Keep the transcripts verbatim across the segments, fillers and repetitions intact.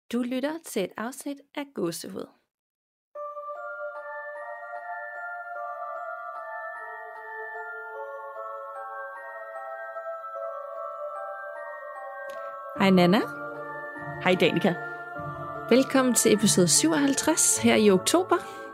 Du lytter til et afsnit af Gåsehud. Hej Nana. Hej Danika. Velkommen til episode syvoghalvtreds her i oktober.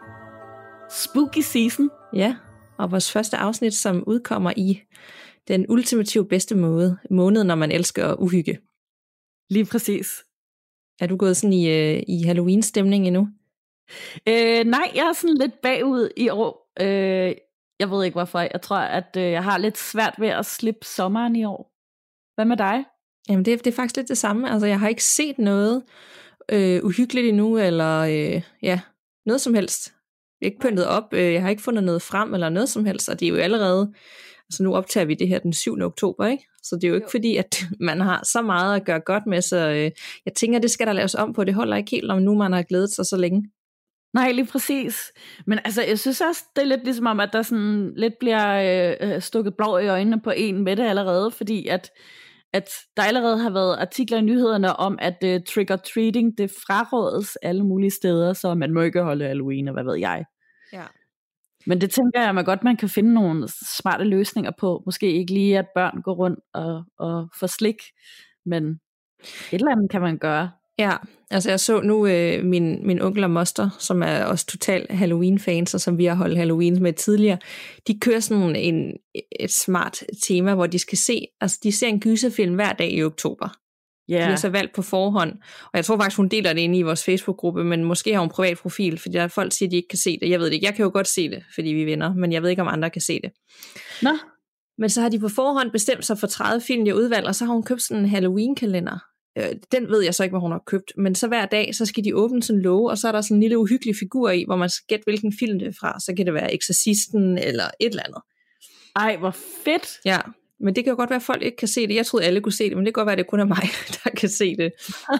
Spooky season. Ja, og vores første afsnit, som udkommer i den ultimative bedste måde, måned, når man elsker uhygge. Lige præcis. Er du gået sådan i, øh, i Halloween-stemning endnu? Øh, nej, jeg er sådan lidt bagud i år. Øh, jeg ved ikke hvorfor. Jeg tror, at øh, jeg har lidt svært ved at slippe sommeren i år. Hvad med dig? Jamen det, det er faktisk lidt det samme. Altså jeg har ikke set noget øh, uhyggeligt endnu, eller øh, ja, noget som helst. Jeg har ikke pyntet op, øh, jeg har ikke fundet noget frem, eller noget som helst, og det er jo allerede, altså nu optager vi det her den syvende oktober, ikke? Så det er jo ikke jo. fordi, at man har så meget at gøre godt med, så øh, jeg tænker, det skal der laves om på, det holder ikke helt, om nu man har glædet sig så længe. Nej, lige præcis. Men altså, jeg synes også, det er lidt ligesom om, at der sådan lidt bliver øh, stukket blå i øjnene på en med det allerede, fordi at at der allerede har været artikler i nyhederne om, at uh, trick-or-treating, det frarådes alle mulige steder, så man må ikke holde Halloween, og hvad ved jeg. Ja. Men det tænker jeg, at man godt man kan finde nogle smarte løsninger på. Måske ikke lige, at børn går rundt og, og får slik, men et eller andet kan man gøre. Ja, altså jeg så nu øh, min, min onkel og moster, som er også total Halloween-fans, og som vi har holdt Halloween med tidligere, de kører sådan en, et smart tema, hvor de skal se, altså de ser en gyserfilm hver dag i oktober. Yeah. De har så valgt på forhånd, og jeg tror faktisk, hun deler det inde i vores Facebook-gruppe, men måske har hun en privat profil, fordi der er folk, der siger, at de ikke kan se det. Jeg ved det ikke, jeg kan jo godt se det, fordi vi er venner, men jeg ved ikke, om andre kan se det. Nå. Men så har de på forhånd bestemt sig for tredive film, jeg udvalgt, og så har hun købt sådan en Halloween-kalender. Den ved jeg så ikke, hvad hun har købt, men så hver dag, så skal de åbne sådan en låge, og så er der sådan en lille uhyggelig figur i, hvor man skal gætte, hvilken film det er fra. Så kan det være Exorcisten eller et eller andet. Ej, hvor fedt! Ja, men det kan jo godt være, at folk ikke kan se det. Jeg troede, alle kunne se det, men det kan godt være, at det kun er mig, der kan se det.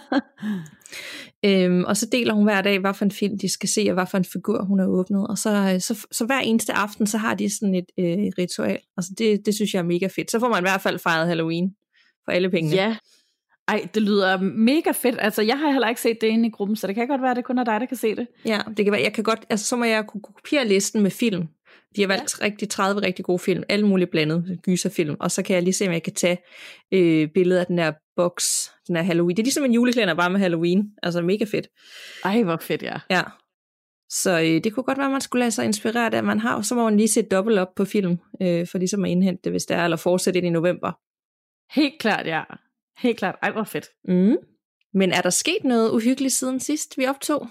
øhm, og så deler hun hver dag, hvad for en film de skal se, og hvad for en figur hun har åbnet. Og så, så, så hver eneste aften, så har de sådan et øh, ritual. Altså det, det synes jeg er mega fedt. Så får man i hvert fald fejret Halloween for alle pengene. Ja. Ej, det lyder mega fedt. Altså, jeg har heller ikke set det inde i gruppen, så det kan godt være, at det kun er dig, der kan se det. Ja, det kan være. Jeg kan godt, altså så må jeg kunne kopiere listen med film. De har valgt ja. rigtig tredive rigtig gode film, alle mulige blandet gyserfilm, og så kan jeg lige se, om jeg kan tage øh, billedet af den der boks, den der Halloween. Det er ligesom en juleklæder bare med Halloween, altså mega fedt. Ej, hvor fedt, ja. Ja, så øh, det kunne godt være, at man skulle lade sig inspirere af det, man har, og så må man lige se dobbelt op på film, øh, for ligesom at indhente det, hvis det er, eller fortsætte ind i november. Helt klart, ja. Helt klart. Ej, hvor fedt. Mm. Men er der sket noget uhyggeligt siden sidst, vi optog?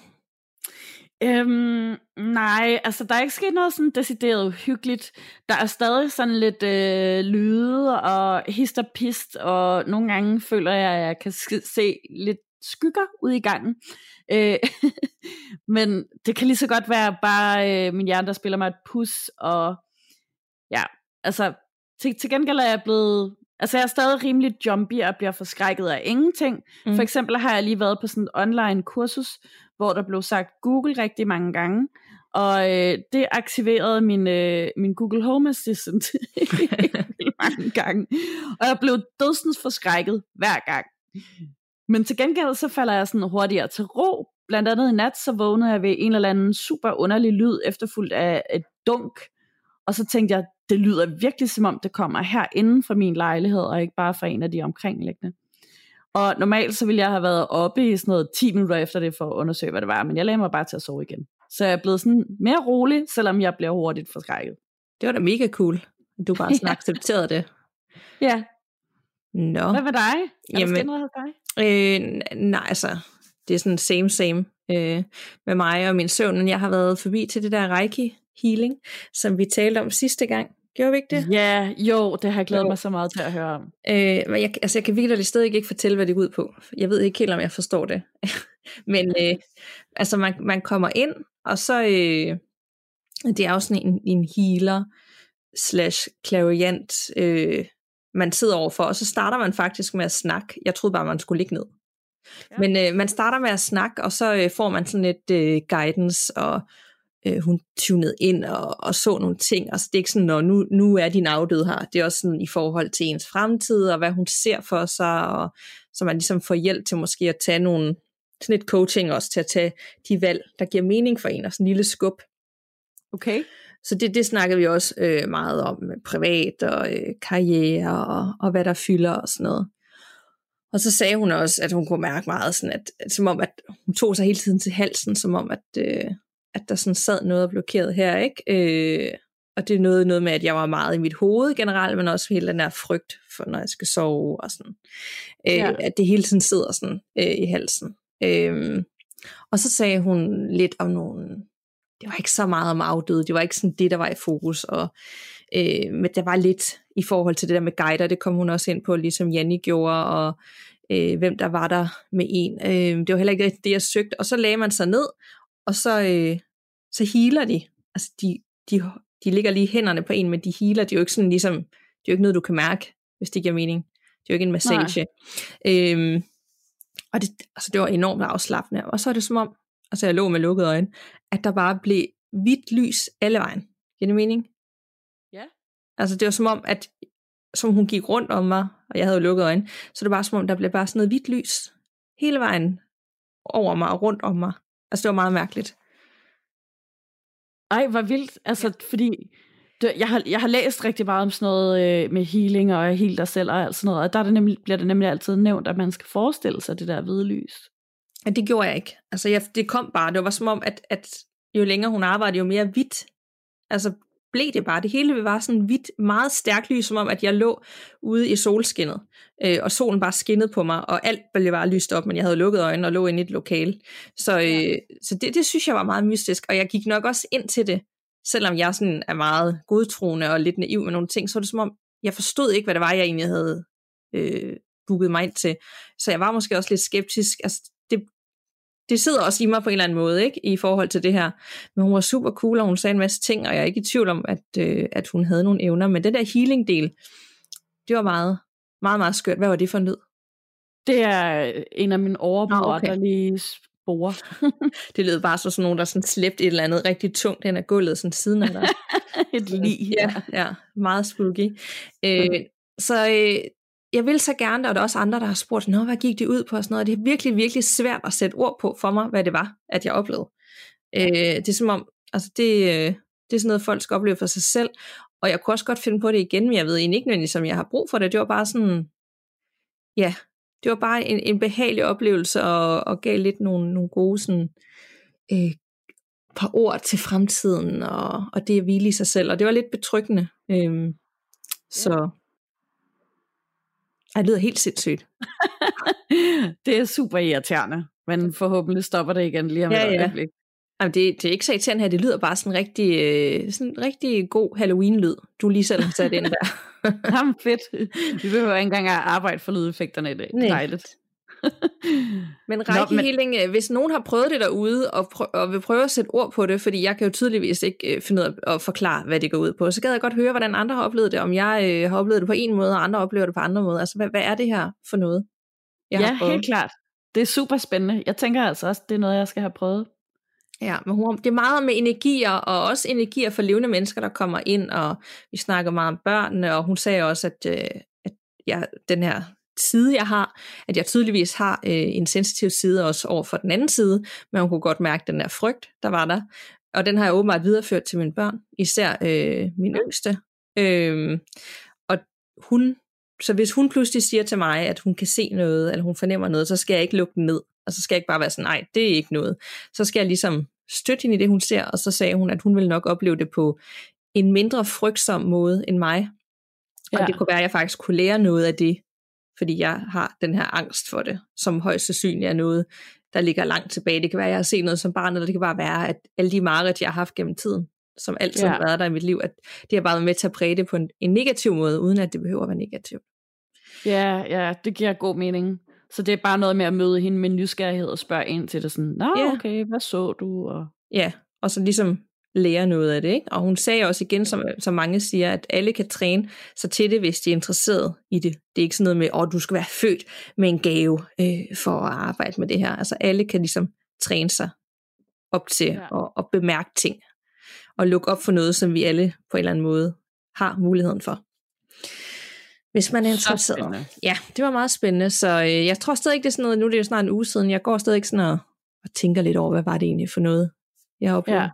Øhm, nej, altså der er ikke sket noget sådan decideret uhyggeligt. Der er stadig sådan lidt øh, lyde og hist og pist, og nogle gange føler jeg, at jeg kan se lidt skygger ude i gangen. Øh, men det kan lige så godt være bare øh, min hjerne, der spiller mig et pus, og ja, altså til, til gengæld er jeg blevet... Altså jeg er stadig rimelig jumpy og bliver forskrækket af ingenting. Mm. For eksempel har jeg lige været på sådan et online kursus, hvor der blev sagt Google rigtig mange gange, og øh, det aktiverede min, øh, min Google Home Assistant mange gange. Og jeg blev dødsens forskrækket hver gang. Men til gengæld så falder jeg sådan hurtigere til ro. Blandt andet i nat, så vågnede jeg ved en eller anden super underlig lyd, efterfulgt af et dunk. Og så tænkte jeg, det lyder virkelig som om det kommer her inden for min lejlighed, og ikke bare fra en af de omkringliggende. Og normalt så ville jeg have været oppe i sådan noget ti minutter efter det, for at undersøge, hvad det var, men jeg lagde mig bare til at sove igen. Så jeg er blevet sådan mere rolig, selvom jeg bliver hurtigt forskrækket. Det var da mega cool, du bare sådan accepterede det. Ja. Nå. Hvad med dig? Er Jamen, der sket noget hos dig? Øh, nej, altså, det er sådan same same øh, med mig og min søvn. Jeg har været forbi til det der Reiki healing, som vi talte om sidste gang. Gjorde vi ikke det? Ja, jo, det har jeg glædet jo. mig så meget til at høre om. Øh, men jeg, altså jeg kan virkelig stadig ikke fortælle, hvad det går ud på. Jeg ved ikke helt, om jeg forstår det. Men øh, altså man, man kommer ind, og så øh, det er jo sådan en, en healer slash clairvoyant, øh, man sidder overfor, og så starter man faktisk med at snakke. Jeg troede bare, man skulle ligge ned. Ja. Men øh, man starter med at snakke, og så øh, får man sådan lidt øh, guidance, og øh, hun tunede ind og, og så nogle ting. Altså det er ikke sådan, når nu, nu er din afdød her. Det er også sådan i forhold til ens fremtid, og hvad hun ser for sig, og så man ligesom får hjælp til måske at tage nogle, sådan et coaching også til at tage de valg, der giver mening for en, og sådan en lille skub. Okay. Så det, det snakkede vi også øh, meget om, privat og øh, karriere, og, og hvad der fylder og sådan noget. Og så sagde hun også, at hun kunne mærke meget, sådan at, at, som om, at hun tog sig hele tiden til halsen, som om, at, øh, at der sådan sad noget blokeret her, ikke? Øh, og det er noget, noget med, at jeg var meget i mit hoved generelt, men også hele den der frygt for, når jeg skal sove og sådan. Øh, ja. At det hele tiden sidder sådan øh, i halsen. Øh, og så sagde hun lidt om nogle, det var ikke så meget om afdøde, det var ikke sådan det, der var i fokus, og øh, men der var lidt i forhold til det der med guider, det kom hun også ind på, ligesom Janni gjorde, og øh, hvem der var der med en. Øh, det var heller ikke det, jeg søgte, og så lagde man sig ned, og så, øh, så healer de. Altså, de, de, de ligger lige hænderne på en, men de healer, det er jo ikke sådan ligesom, det er jo ikke noget, du kan mærke, hvis det giver mening. Det er jo ikke en massage. Øh, og det, altså, det var enormt afslappende, og så er det som om, altså jeg lå med lukkede øjne, at der bare blev hvidt lys alle vejen. Giver det mening? Ja. Altså det var som om, at som hun gik rundt om mig, og jeg havde jo lukket øjne, så det var bare som om, der blev bare sådan noget hvidt lys hele vejen over mig og rundt om mig. Altså det var meget mærkeligt. Ej, hvor vildt. Altså, ja. Fordi det, jeg, har, jeg har læst rigtig meget om sådan noget øh, med healing og heal dig selv og alt sådan noget, og der er det nemlig, bliver det nemlig altid nævnt, at man skal forestille sig det der hvide lys. Ja, det gjorde jeg ikke. Altså jeg, det kom bare, det var som om, at, at jo længere hun arbejdede, jo mere hvidt, altså blev det bare. Det hele var sådan hvidt, meget stærkt lys, som om, at jeg lå ude i solskinnet, øh, og solen bare skinnede på mig, og alt blev bare lyst op, men jeg havde lukket øjnene og lå inde i et lokale. Så, øh, ja. så det, det synes jeg var meget mystisk, og jeg gik nok også ind til det, selvom jeg sådan er meget godtroende og lidt naiv med nogle ting, så var det som om, jeg forstod ikke, hvad det var, jeg egentlig havde øh, booket mig ind til. Så jeg var måske også lidt skeptisk. Altså, det, det sidder også i mig på en eller anden måde, ikke, i forhold til det her. Men hun var super cool, og hun sagde en masse ting, og jeg er ikke i tvivl om, at, øh, at hun havde nogle evner. Men den der healing-del, det var meget, meget, meget skørt. Hvad var det for en lyd? Det er en af mine overbrugere, oh, okay. der lige sporer. Det lød bare så sådan nogen, der sådan slæbte et eller andet rigtig tungt hen ad gulvet, sådan siden af dig. Et lig. Ja, ja, meget spooky. Øh, så øh, jeg vil så gerne, og der er også andre, der har spurgt, nå, hvad gik det ud på og sådan noget. Det er virkelig, virkelig svært at sætte ord på for mig, hvad det var, at jeg oplevede. Øh, det er som om, altså det, øh, det er sådan noget, folk skal opleve for sig selv, og jeg kunne også godt finde på det igen, men jeg ved egentlig ikke nødvendigvis, som jeg har brug for det. Det var bare sådan, ja, det var bare en, en behagelig oplevelse, og, og gav lidt nogle, nogle gode sådan, øh, par ord til fremtiden, og, og det at hvile i sig selv, og det var lidt betryggende. Øh, så Ej, det lyder helt sindssygt. Det er super irriterende, men forhåbentlig stopper det igen lige om ja, et ja. øjeblik. Jamen, det, det er ikke så irriterende her, det lyder bare sådan en rigtig, øh, sådan en rigtig god Halloween-lyd, du lige selv har sat ind der. Jamen fedt. Vi behøver ikke engang at arbejde for lydeffekterne i dag. Dejligt. Men Reiki-healing, men... hvis nogen har prøvet det derude, og, prø- og vil prøve at sætte ord på det, fordi jeg kan jo tydeligvis ikke øh, finde ud af at forklare, hvad det går ud på, så gad jeg godt høre, hvordan andre har oplevet det, om jeg øh, har oplevet det på en måde, og andre oplever det på andre måder. Altså, hvad, hvad er det her for noget? Jeg ja, helt klart. Det er super spændende. Jeg tænker altså også, det er noget, jeg skal have prøvet. Ja, men det er meget med energier, og også energier for levende mennesker, der kommer ind, og vi snakker meget om børnene, og hun sagde også, at, øh, at jeg, den her side, jeg har, at jeg tydeligvis har øh, en sensitiv side også over for den anden side, men hun kunne godt mærke den der frygt, der var der, og den har jeg åbenbart videreført til mine børn, især øh, min yngste, øh, og hun, så hvis hun pludselig siger til mig, at hun kan se noget, eller hun fornemmer noget, så skal jeg ikke lukke den ned, og så skal jeg ikke bare være sådan, nej, det er ikke noget, så skal jeg ligesom støtte hende i det, hun ser, og så sagde hun, at hun ville nok opleve det på en mindre frygtsom måde end mig, og ja. Det kunne være, at jeg faktisk kunne lære noget af det, fordi jeg har den her angst for det, som højst sandsynligt er noget, der ligger langt tilbage. Det kan være, at jeg har set noget som barn, eller det kan bare være, at alle de mareridt, jeg har haft gennem tiden, som altid ja. Har været der i mit liv, at det har bare været med til at præge det på en, en negativ måde, uden at det behøver at være negativt. Ja, ja, det giver god mening. Så det er bare noget med at møde hende med nysgerrighed og spørge ind til det sådan, nå ja. Okay, hvad så du? Og... Ja, og så ligesom lære noget af det, ikke? Og hun sagde også igen, som, som mange siger, at alle kan træne sig til det, hvis de er interesseret i det. Det er ikke sådan noget med, at du skal være født med en gave øh, for at arbejde med det her. Altså alle kan ligesom træne sig op til ja. at, at bemærke ting, og lukke op for noget, som vi alle på en eller anden måde har muligheden for. Hvis man er interesseret. Ja, det var meget spændende, så øh, jeg tror stadig ikke, det er sådan noget, nu er det jo snart en uge siden, jeg går stadig ikke sådan og, og tænker lidt over, hvad var det egentlig for noget, jeg har oplevet. Ja.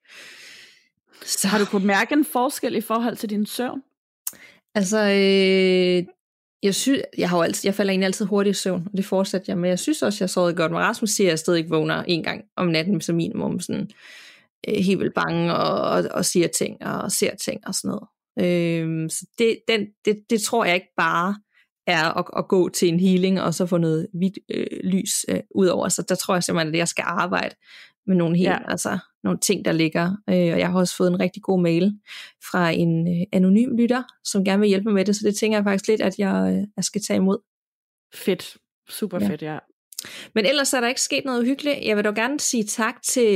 Så. Har du kunnet mærke en forskel i forhold til din søvn? Altså, øh, jeg synes, jeg, har jo altid, jeg falder egentlig altid hurtigt i søvn, og det fortsætter jeg med. Jeg synes også, jeg sover godt, men Rasmus siger, at jeg stadig ikke vågner en gang om natten, som minimum, sådan øh, helt vildt bange, og, og, og siger ting, og ser ting, og sådan noget. Øh, så det, den, det, det tror jeg ikke bare er at, at gå til en healing, og så få noget hvidt øh, lys øh, ud over. Så der tror jeg simpelthen, at jeg skal arbejde med nogle, helt, ja. altså, nogle ting, der ligger. Øh, og jeg har også fået en rigtig god mail fra en øh, anonym lytter, som gerne vil hjælpe mig med det, så det tænker jeg faktisk lidt, at jeg, øh, jeg skal tage imod. Fedt. Super fedt, ja. Men ellers er der ikke sket noget uhyggeligt. Jeg vil dog gerne sige tak til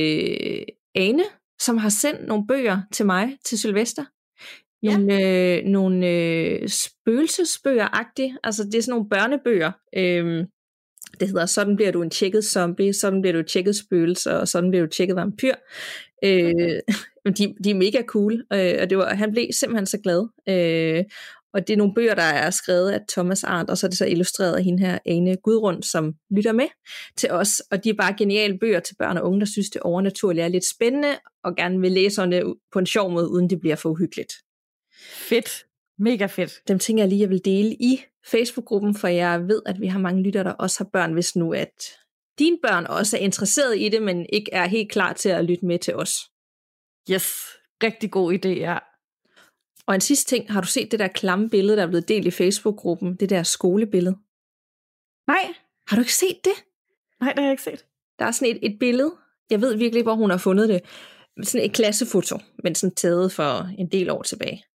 Ane, som har sendt nogle bøger til mig til Sylvester. Nogle, ja. øh, nogle øh, spøgelsesbøger-agtige, altså det er sådan nogle børnebøger. Øh, det hedder, sådan bliver du en tjekket zombie, sådan bliver du et tjekket spøgelse, og sådan bliver du et tjekket vampyr. Øh, de, de er mega cool, øh, og det var, han blev simpelthen så glad. Øh, og det er nogle bøger, der er skrevet af Thomas Arndt, og så er det så illustreret af hende her, Ane Gudrun, som lytter med til os. Og de er bare geniale bøger til børn og unge, der synes, det overnaturlige er lidt spændende, og gerne vil læse det på en sjov måde, uden det bliver for uhyggeligt. Fedt. Mega fedt. Dem tænker jeg lige, jeg vil dele i Facebook-gruppen, for jeg ved, at vi har mange lyttere, der også har børn, hvis nu at dine børn også er interesseret i det, men ikke er helt klar til at lytte med til os. Yes, rigtig god idé, ja. Og en sidste ting, har du set det der klamme billede, der er blevet delt i Facebook-gruppen? Det der skolebillede? Nej. Har du ikke set det? Nej, det har jeg ikke set. Der er sådan et, et billede, jeg ved virkelig ikke, hvor hun har fundet det, sådan et klassefoto, men sådan taget for en del år tilbage.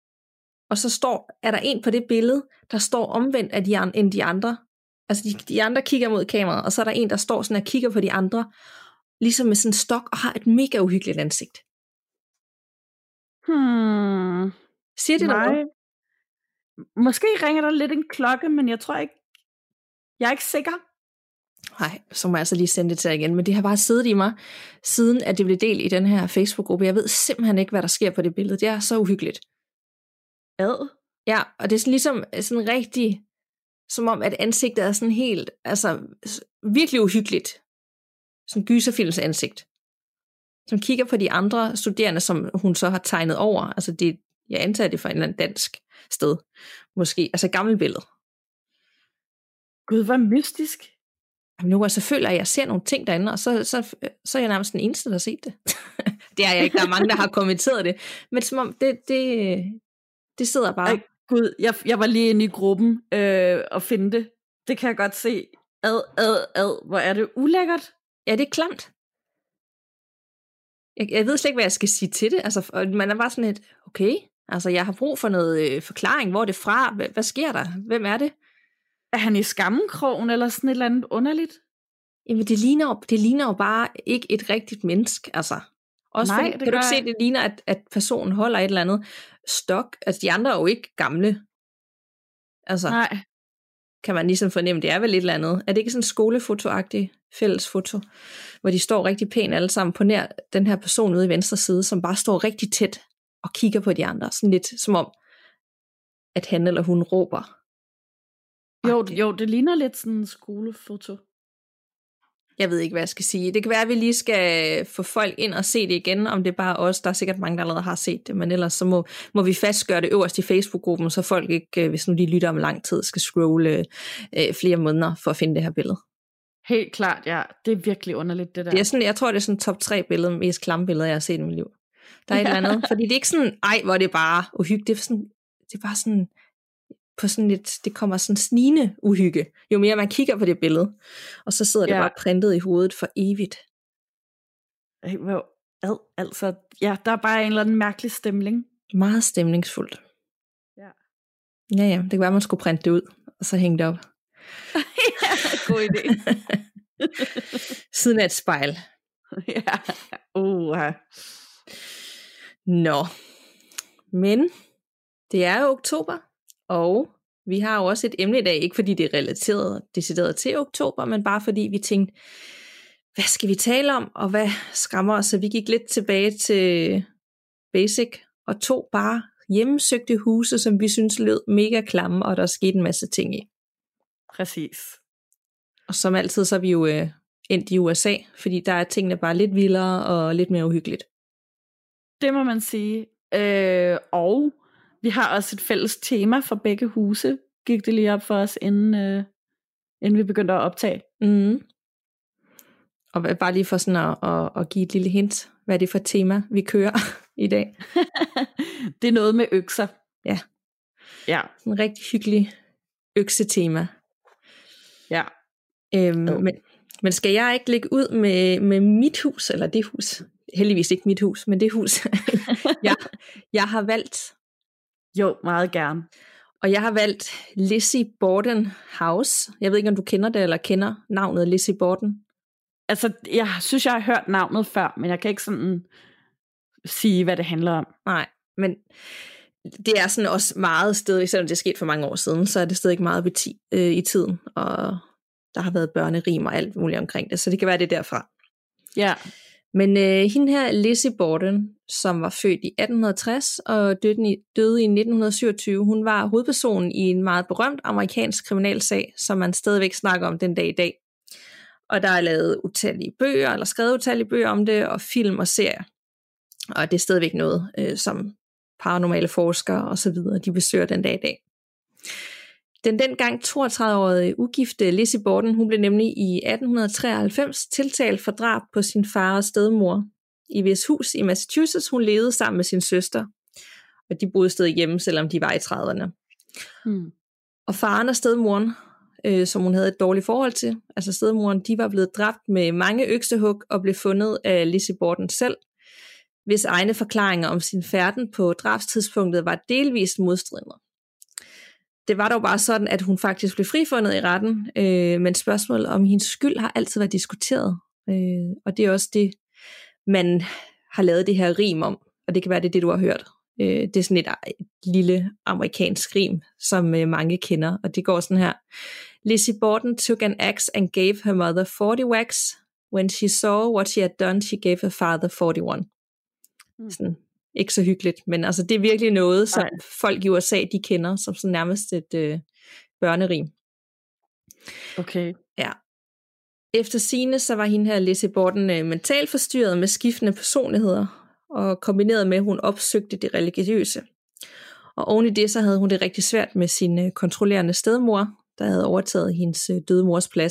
Og så står, er der en på det billede, der står omvendt af de, end de andre. Altså de, de andre kigger mod kameraet, og så er der en, der står sådan og kigger på de andre, ligesom med sådan en stok, og har et mega uhyggeligt ansigt. Hmm. Siger det Nej. noget? Måske ringer der lidt en klokke, men jeg tror ikke, jeg er ikke sikker. Nej, så må jeg altså lige sende det til jer igen, men det har bare siddet i mig, siden at det blev delt i den her Facebook-gruppe. Jeg ved simpelthen ikke, hvad der sker på det billede. Det er så uhyggeligt. Ad? Ja, og det er sådan ligesom sådan rigtig, som om at ansigtet er sådan helt, altså virkelig uhyggeligt. Sådan en gyserfilms ansigt. Som kigger på de andre studerende, som hun så har tegnet over. Altså det, jeg antager det fra en eller anden dansk sted. Måske, altså et gammelt billede. Gud, hvor mystisk. Jamen nu altså føler jeg, at jeg ser nogle ting derinde, og så, så, så er jeg nærmest den eneste, der har set det. Det er jeg ikke, der er mange, der har kommenteret det. Men som om det, det, det sidder bare. Ej, Gud, jeg, jeg var lige inde i gruppen øh, og finde det. Det kan jeg godt se. Ad, ad, ad. Hvor er det ulækkert. Ja, det er klamt. Jeg, jeg ved slet ikke, hvad jeg skal sige til det. Altså, man er bare sådan et, okay, altså jeg har brug for noget øh, forklaring. Hvor er det fra? Hvad, hvad sker der? Hvem er det? Er han i skammenkrogen eller sådan et eller andet underligt? Jamen det ligner, det ligner jo bare ikke et rigtigt menneske, altså. Også Nej, fordi, det kan du ikke se, jeg... det ligner, at, at personen holder et eller andet stok. Altså de andre er jo ikke gamle. Altså, nej. Kan man ligesom fornemme, det er vel et eller andet. Er det ikke sådan en skolefoto-agtig fællesfoto, hvor de står rigtig pænt alle sammen på nær den her person ude i venstre side, som bare står rigtig tæt og kigger på de andre. Sådan lidt som om, at han eller hun råber. Jo, jo, det ligner lidt sådan en skolefoto. Jeg ved ikke, hvad jeg skal sige. Det kan være, at vi lige skal få folk ind og se det igen, om det er bare os. Der er sikkert mange, der allerede har set det, men ellers så må, må vi fastgøre det øverst i Facebook-gruppen, så folk ikke, hvis nu de lytter om lang tid, skal scrolle øh, flere måneder for at finde det her billede. Helt klart, ja. Det er virkelig underligt, det der. Det er sådan, jeg tror, det er sådan top tre billeder, mest klamme billeder, jeg har set i mit liv. Der er ja. et eller andet, fordi det er ikke sådan, ej, hvor det er bare uhyggeligt. Det er, sådan, det er bare sådan, på sådan lidt, det kommer sådan snigende uhygge, jo mere man kigger på det billede, og så sidder ja. det bare printet i hovedet for evigt. Hvor, ad, altså, ja, der er bare en eller anden mærkelig stemning. Meget stemningsfuldt. Ja. Ja, ja, det kan være, man skulle printe det ud, og så hænge det op. Ja, god idé. Siden af et spejl. Ja, uh. Nå, men det er jo oktober, og vi har jo også et emne i dag, ikke fordi det er relateret decideret til oktober, men bare fordi vi tænkte, hvad skal vi tale om, og hvad skræmmer os? Så vi gik lidt tilbage til basic, og tog bare hjemmesøgte huse, som vi synes lød mega klamme, og der skete en masse ting i. Præcis. Og som altid, så er vi jo øh, endt i U S A, fordi der er tingene bare lidt vildere og lidt mere uhyggeligt. Det må man sige. Øh, og vi har også et fælles tema for begge huse, gik det lige op for os, inden, øh, inden vi begyndte at optage. Mm. Og bare lige for sådan at, at, at give et lille hint, hvad er det for et tema, vi kører i dag? Det er noget med økser. Ja. Ja. En rigtig hyggelig øksetema. Ja. Øhm, oh. men, men skal jeg ikke lægge ud med, med mit hus, eller det hus? Heldigvis ikke mit hus, men det hus, jeg, jeg har valgt. Jo, meget gerne. Og jeg har valgt Lizzie Borden House. Jeg ved ikke, om du kender det, eller kender navnet Lizzie Borden. Altså, jeg synes, jeg har hørt navnet før, men jeg kan ikke sådan sige, hvad det handler om. Nej, men det er sådan også meget stadig, selvom det er sket for mange år siden, så er det stadig meget beti- øh, i tiden, og der har været børnerim og alt muligt omkring det, så det kan være det derfra. Ja. Men øh, hende her, Lizzie Borden, som var født i atten tres og døde i, døde i nitten syvogtyve, hun var hovedpersonen i en meget berømt amerikansk kriminalsag, som man stadigvæk snakker om den dag i dag. Og der er lavet utallige bøger, eller skrevet utallige bøger om det, og film og serier. Og det er stadigvæk noget, øh, som paranormale forskere og så videre, de besøger den dag i dag. Den dengang toogtredive-årige ugifte Lizzie Borden, hun blev nemlig i atten treoghalvfems tiltalt for drab på sin far og stedmor i hvis hus i Massachusetts. Hun levede sammen med sin søster, og de boede stadig hjemme, selvom de var i trediverne. Hmm. Og faren og stedmoren, øh, som hun havde et dårligt forhold til, altså stedmoren, de var blevet dræbt med mange øksehug og blev fundet af Lizzie Borden selv, hvis egne forklaringer om sin færden på drabstidspunktet var delvist modstridende. Det var dog bare sådan, at hun faktisk blev frifundet i retten, øh, men spørgsmålet om hendes skyld har altid været diskuteret. Øh, og det er også det, man har lavet det her rim om, og det kan være det, det du har hørt. Øh, det er sådan et, et lille amerikansk rim, som øh, mange kender, og det går sådan her. Lizzie Borden took an axe and gave her mother forty whacks. When she saw what she had done, she gave her father forty-one. Mm. Sådan, ikke så hyggeligt, men altså det er virkelig noget, som Nej. folk i U S A, de kender, som sådan nærmest et øh, børnerim. Okay. Ja. Efter sigende, så var hende her Lizzie Borden øh, mentalt forstyrret med skiftende personligheder, og kombineret med, at hun opsøgte det religiøse. Og oven i det, så havde hun det rigtig svært med sin øh, kontrollerende stedmor, der havde overtaget hendes øh, døde mors plads.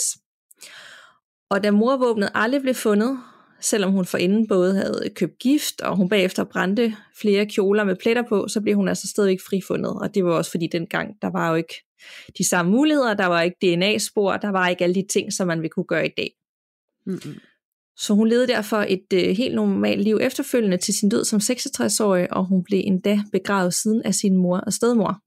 Og da morvåbnet aldrig blev fundet, selvom hun forinden både havde købt gift, og hun bagefter brændte flere kjoler med pletter på, så blev hun altså stadigvæk frifundet. Og det var også fordi dengang, der var jo ikke de samme muligheder, der var ikke D N A-spor, der var ikke alle de ting, som man ville kunne gøre i dag. Mm-hmm. Så hun levede derfor et øh, helt normalt liv efterfølgende til sin død som seksogtres-årig, og hun blev endda begravet siden af sin mor og stedmor.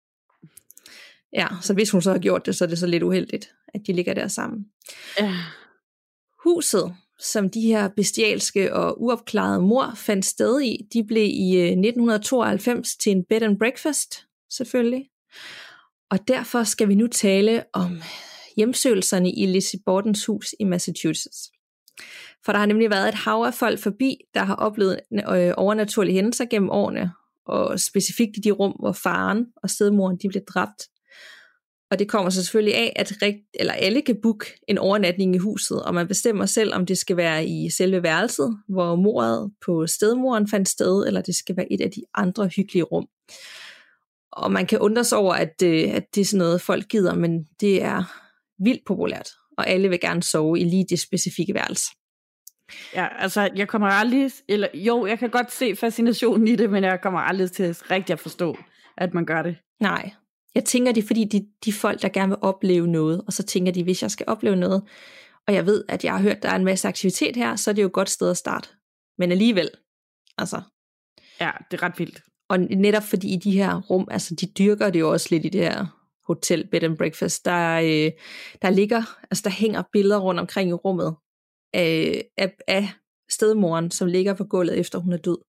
Ja, så hvis hun så har gjort det, så er det så lidt uheldigt, at de ligger der sammen. Ja. Huset, som de her bestialske og uopklarede mord fandt sted i, de blev i nitten tooghalvfems til en bed and breakfast, selvfølgelig. Og derfor skal vi nu tale om hjemsøgelserne i Lizzie Bordens hus i Massachusetts. For der har nemlig været et hav af folk forbi, der har oplevet overnaturlige hændelser gennem årene, og specifikt i de rum, hvor faren og stedmoren de blev dræbt. Og det kommer så selvfølgelig af, at rigt, eller alle kan booke en overnatning i huset, og man bestemmer selv, om det skal være i selve værelset, hvor mordet på stedmoren fandt sted, eller det skal være et af de andre hyggelige rum. Og man kan undre sig over, at, at det er sådan noget, folk gider, men det er vildt populært, og alle vil gerne sove i lige det specifikke værelse. Ja, altså jeg kommer aldrig, eller jo, jeg kan godt se fascinationen i det, men jeg kommer aldrig til rigtig at forstå, at man gør det. Nej. Jeg tænker det, fordi de, de folk, der gerne vil opleve noget, og så tænker de, hvis jeg skal opleve noget, og jeg ved, at jeg har hørt, at der er en masse aktivitet her, så er det jo et godt sted at starte. Men alligevel, altså. Ja, det er ret vildt. Og netop fordi i de her rum, altså de dyrker det jo også lidt i det her hotel, bed and breakfast, der, øh, der ligger, altså der hænger billeder rundt omkring i rummet øh, af, af stedmoren, som ligger på gulvet, efter hun er død.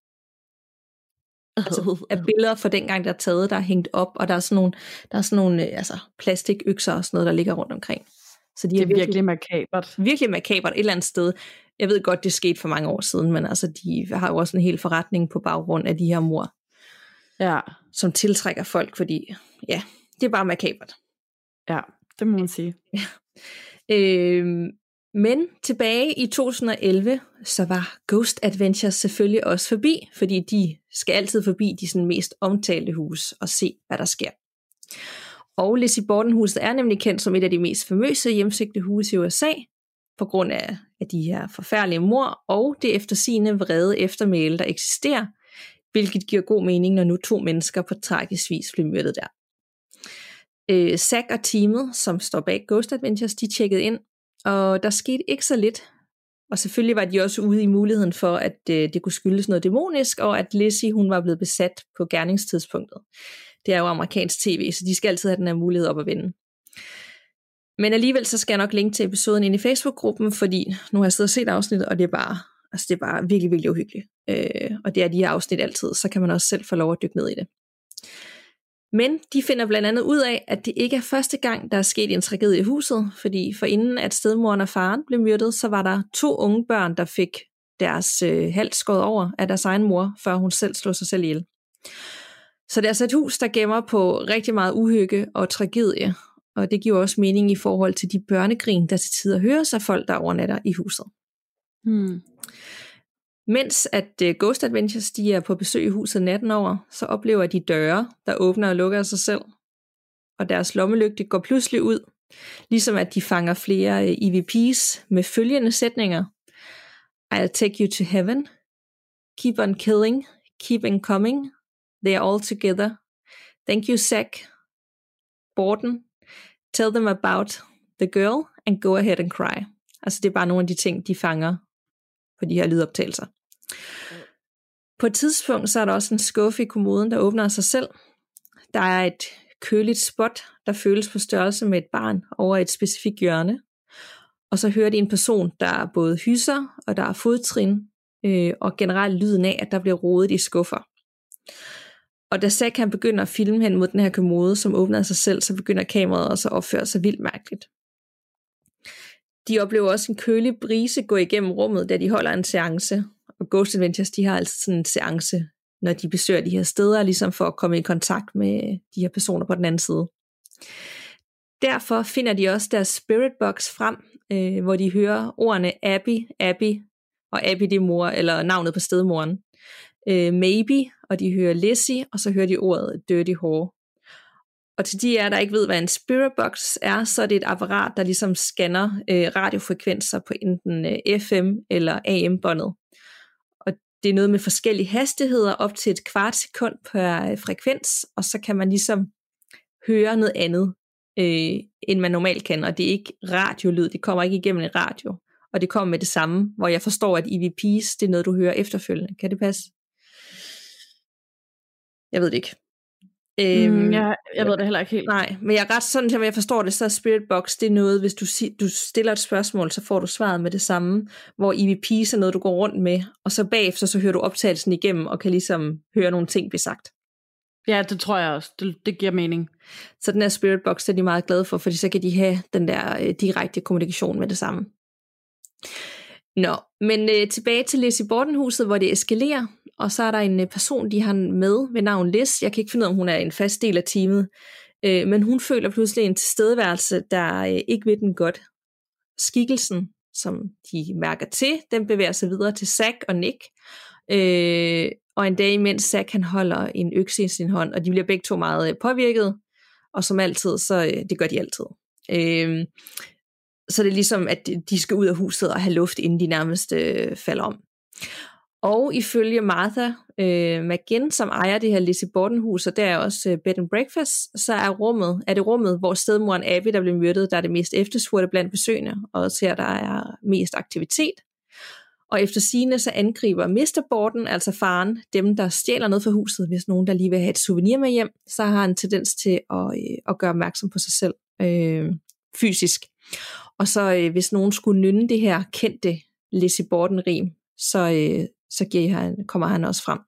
Altså af billeder fra dengang, der er taget, der er hængt op, og der er sådan nogle, der er sådan nogle altså, plastikøkser og sådan noget, der ligger rundt omkring. Så de det er, er virkelig, virkelig makabert. Virkelig makabert et eller andet sted. Jeg ved godt, det skete for mange år siden, men altså, de har jo også en hel forretning på baggrund af de her mord. Ja. som tiltrækker folk, fordi ja, det er bare makabert. Ja, det må man sige. Ja. Øhm, men tilbage i to tusind og elleve, så var Ghost Adventures selvfølgelig også forbi, fordi de skal altid forbi de sådan mest omtalte huse og se, hvad der sker. Og Lizzie Borden-huset er nemlig kendt som et af de mest famøse hjemsøgte huse i U S A, på grund af, af de her forfærdelige mord og det eftersigende vrede eftermæle, der eksisterer, hvilket giver god mening, når nu to mennesker på tragisk vis blev myrdet der. Øh, Zack og teamet, som står bag Ghost Adventures, de tjekkede ind, og der skete ikke så lidt. Og selvfølgelig var de også ude i muligheden for, at øh, det kunne skyldes noget dæmonisk, og at Lizzie hun var blevet besat på gerningstidspunktet. Det er jo amerikansk tv, så de skal altid have den her mulighed op at vinde. Men alligevel så skal jeg nok linke til episoden ind i Facebook-gruppen, fordi nu har jeg siddet og set afsnittet, og det er bare, altså det er bare virkelig, virkelig uhyggeligt. Øh, og det er de her afsnit altid, så kan man også selv få lov at dykke ned i det. Men de finder blandt andet ud af, at det ikke er første gang, der er sket en tragedie i huset, fordi for inden at stedmoren og faren blev myrdet, så var der to unge børn, der fik deres øh, hals skåret over af deres egen mor, før hun selv slog sig selv ihjel. Så det er altså et hus, der gemmer på rigtig meget uhygge og tragedie, og det giver også mening i forhold til de børnegrin, der til tider høres af folk, der overnatter i huset. Hmm. Mens at uh, Ghost Adventures de er på besøg i huset natten over, så oplever de døre, der åbner og lukker af sig selv. Og deres lommelygte går pludselig ud, ligesom at de fanger flere uh, E V P's med følgende sætninger. I'll take you to heaven. Keep on killing. Keep on coming. They are all together. Thank you, Zack. Borden. Tell them about the girl and go ahead and cry. Altså det er bare nogle af de ting, de fanger på de her lydoptagelser. På et tidspunkt, så er der også en skuffe i kommoden, der åbner af sig selv. Der er et køligt spot, der føles på størrelse med et barn over et specifikt hjørne. Og så hører de en person, der både hyser, og der er fodtrin, øh, og generelt lyden af, at der bliver rodet i skuffer. Og da Zack han begynder at filme hen mod den her kommode, som åbner af sig selv, så begynder kameraet også at opføre sig vildt mærkeligt. De oplever også en kølig brise gå igennem rummet, da de holder en seance. Og Ghost Adventures, de har altså sådan en seance, når de besøger de her steder, ligesom for at komme i kontakt med de her personer på den anden side. Derfor finder de også deres spirit box frem, øh, hvor de hører ordene Abby, Abby, og Abby det er mor, eller navnet på stedmoren. Øh, maybe, og de hører Lizzie, og så hører de ordet Dirty Whore. Og til de jer, der ikke ved, hvad en spirit box er, så er det et apparat, der ligesom scanner øh, radiofrekvenser på enten øh, F M eller A M-båndet. Og det er noget med forskellige hastigheder, op til et kvart sekund per øh, frekvens, og så kan man ligesom høre noget andet, øh, end man normalt kan. Og det er ikke radiolyd, det kommer ikke igennem en radio. Og det kommer med det samme, hvor jeg forstår, at E V P's, det er noget, du hører efterfølgende. Kan det passe? Jeg ved det ikke. Mm, jeg, jeg ved det heller ikke helt. Nej, men jeg er ret sådan, som jeg forstår det, så er Spirit Box, det er noget, hvis du, du stiller et spørgsmål, så får du svaret med det samme, hvor E V P's er noget, du går rundt med, og så bagefter, så hører du optagelsen igennem, og kan ligesom høre nogle ting blive sagt. Ja, det tror jeg også. Det, det giver mening. Så den her Spirit Box, det er de meget glade for, fordi så kan de have den der øh, direkte kommunikation med det samme. Nå, men øh, tilbage til Lizzie Borden-huset, hvor det eskalerer, og så er der en øh, person, de har med ved navn Liz. Jeg kan ikke finde ud af, om hun er en fast del af teamet, øh, men hun føler pludselig en tilstedeværelse, der øh, ikke ved den godt. Skikkelsen, som de mærker til, den bevæger sig videre til Zack og Nick, øh, og en dag imens Zack han holder en økse i sin hånd, og de bliver begge to meget øh, påvirket, og som altid, så øh, det gør de altid. Øh, Så det er ligesom, at de skal ud af huset og have luft, inden de nærmest øh, falder om. Og ifølge Martha øh, McGinn, som ejer det her Lizzie Borden-hus, og der er også øh, bed and breakfast, så er, rummet, er det rummet, hvor stedmoren Abby, der blev myrdet, der er det mest efterspurgte blandt besøgende, og også her, der er mest aktivitet. Og efter sigende, så angriber mister Borden, altså faren, dem, der stjæler noget fra huset. Hvis nogen, der lige vil have et souvenir med hjem, så har han tendens til at, øh, at gøre opmærksom på sig selv øh, fysisk. Og så øh, hvis nogen skulle nynne det her kendte Lizzie Borden-rim, så, øh, så giver han, kommer han også frem.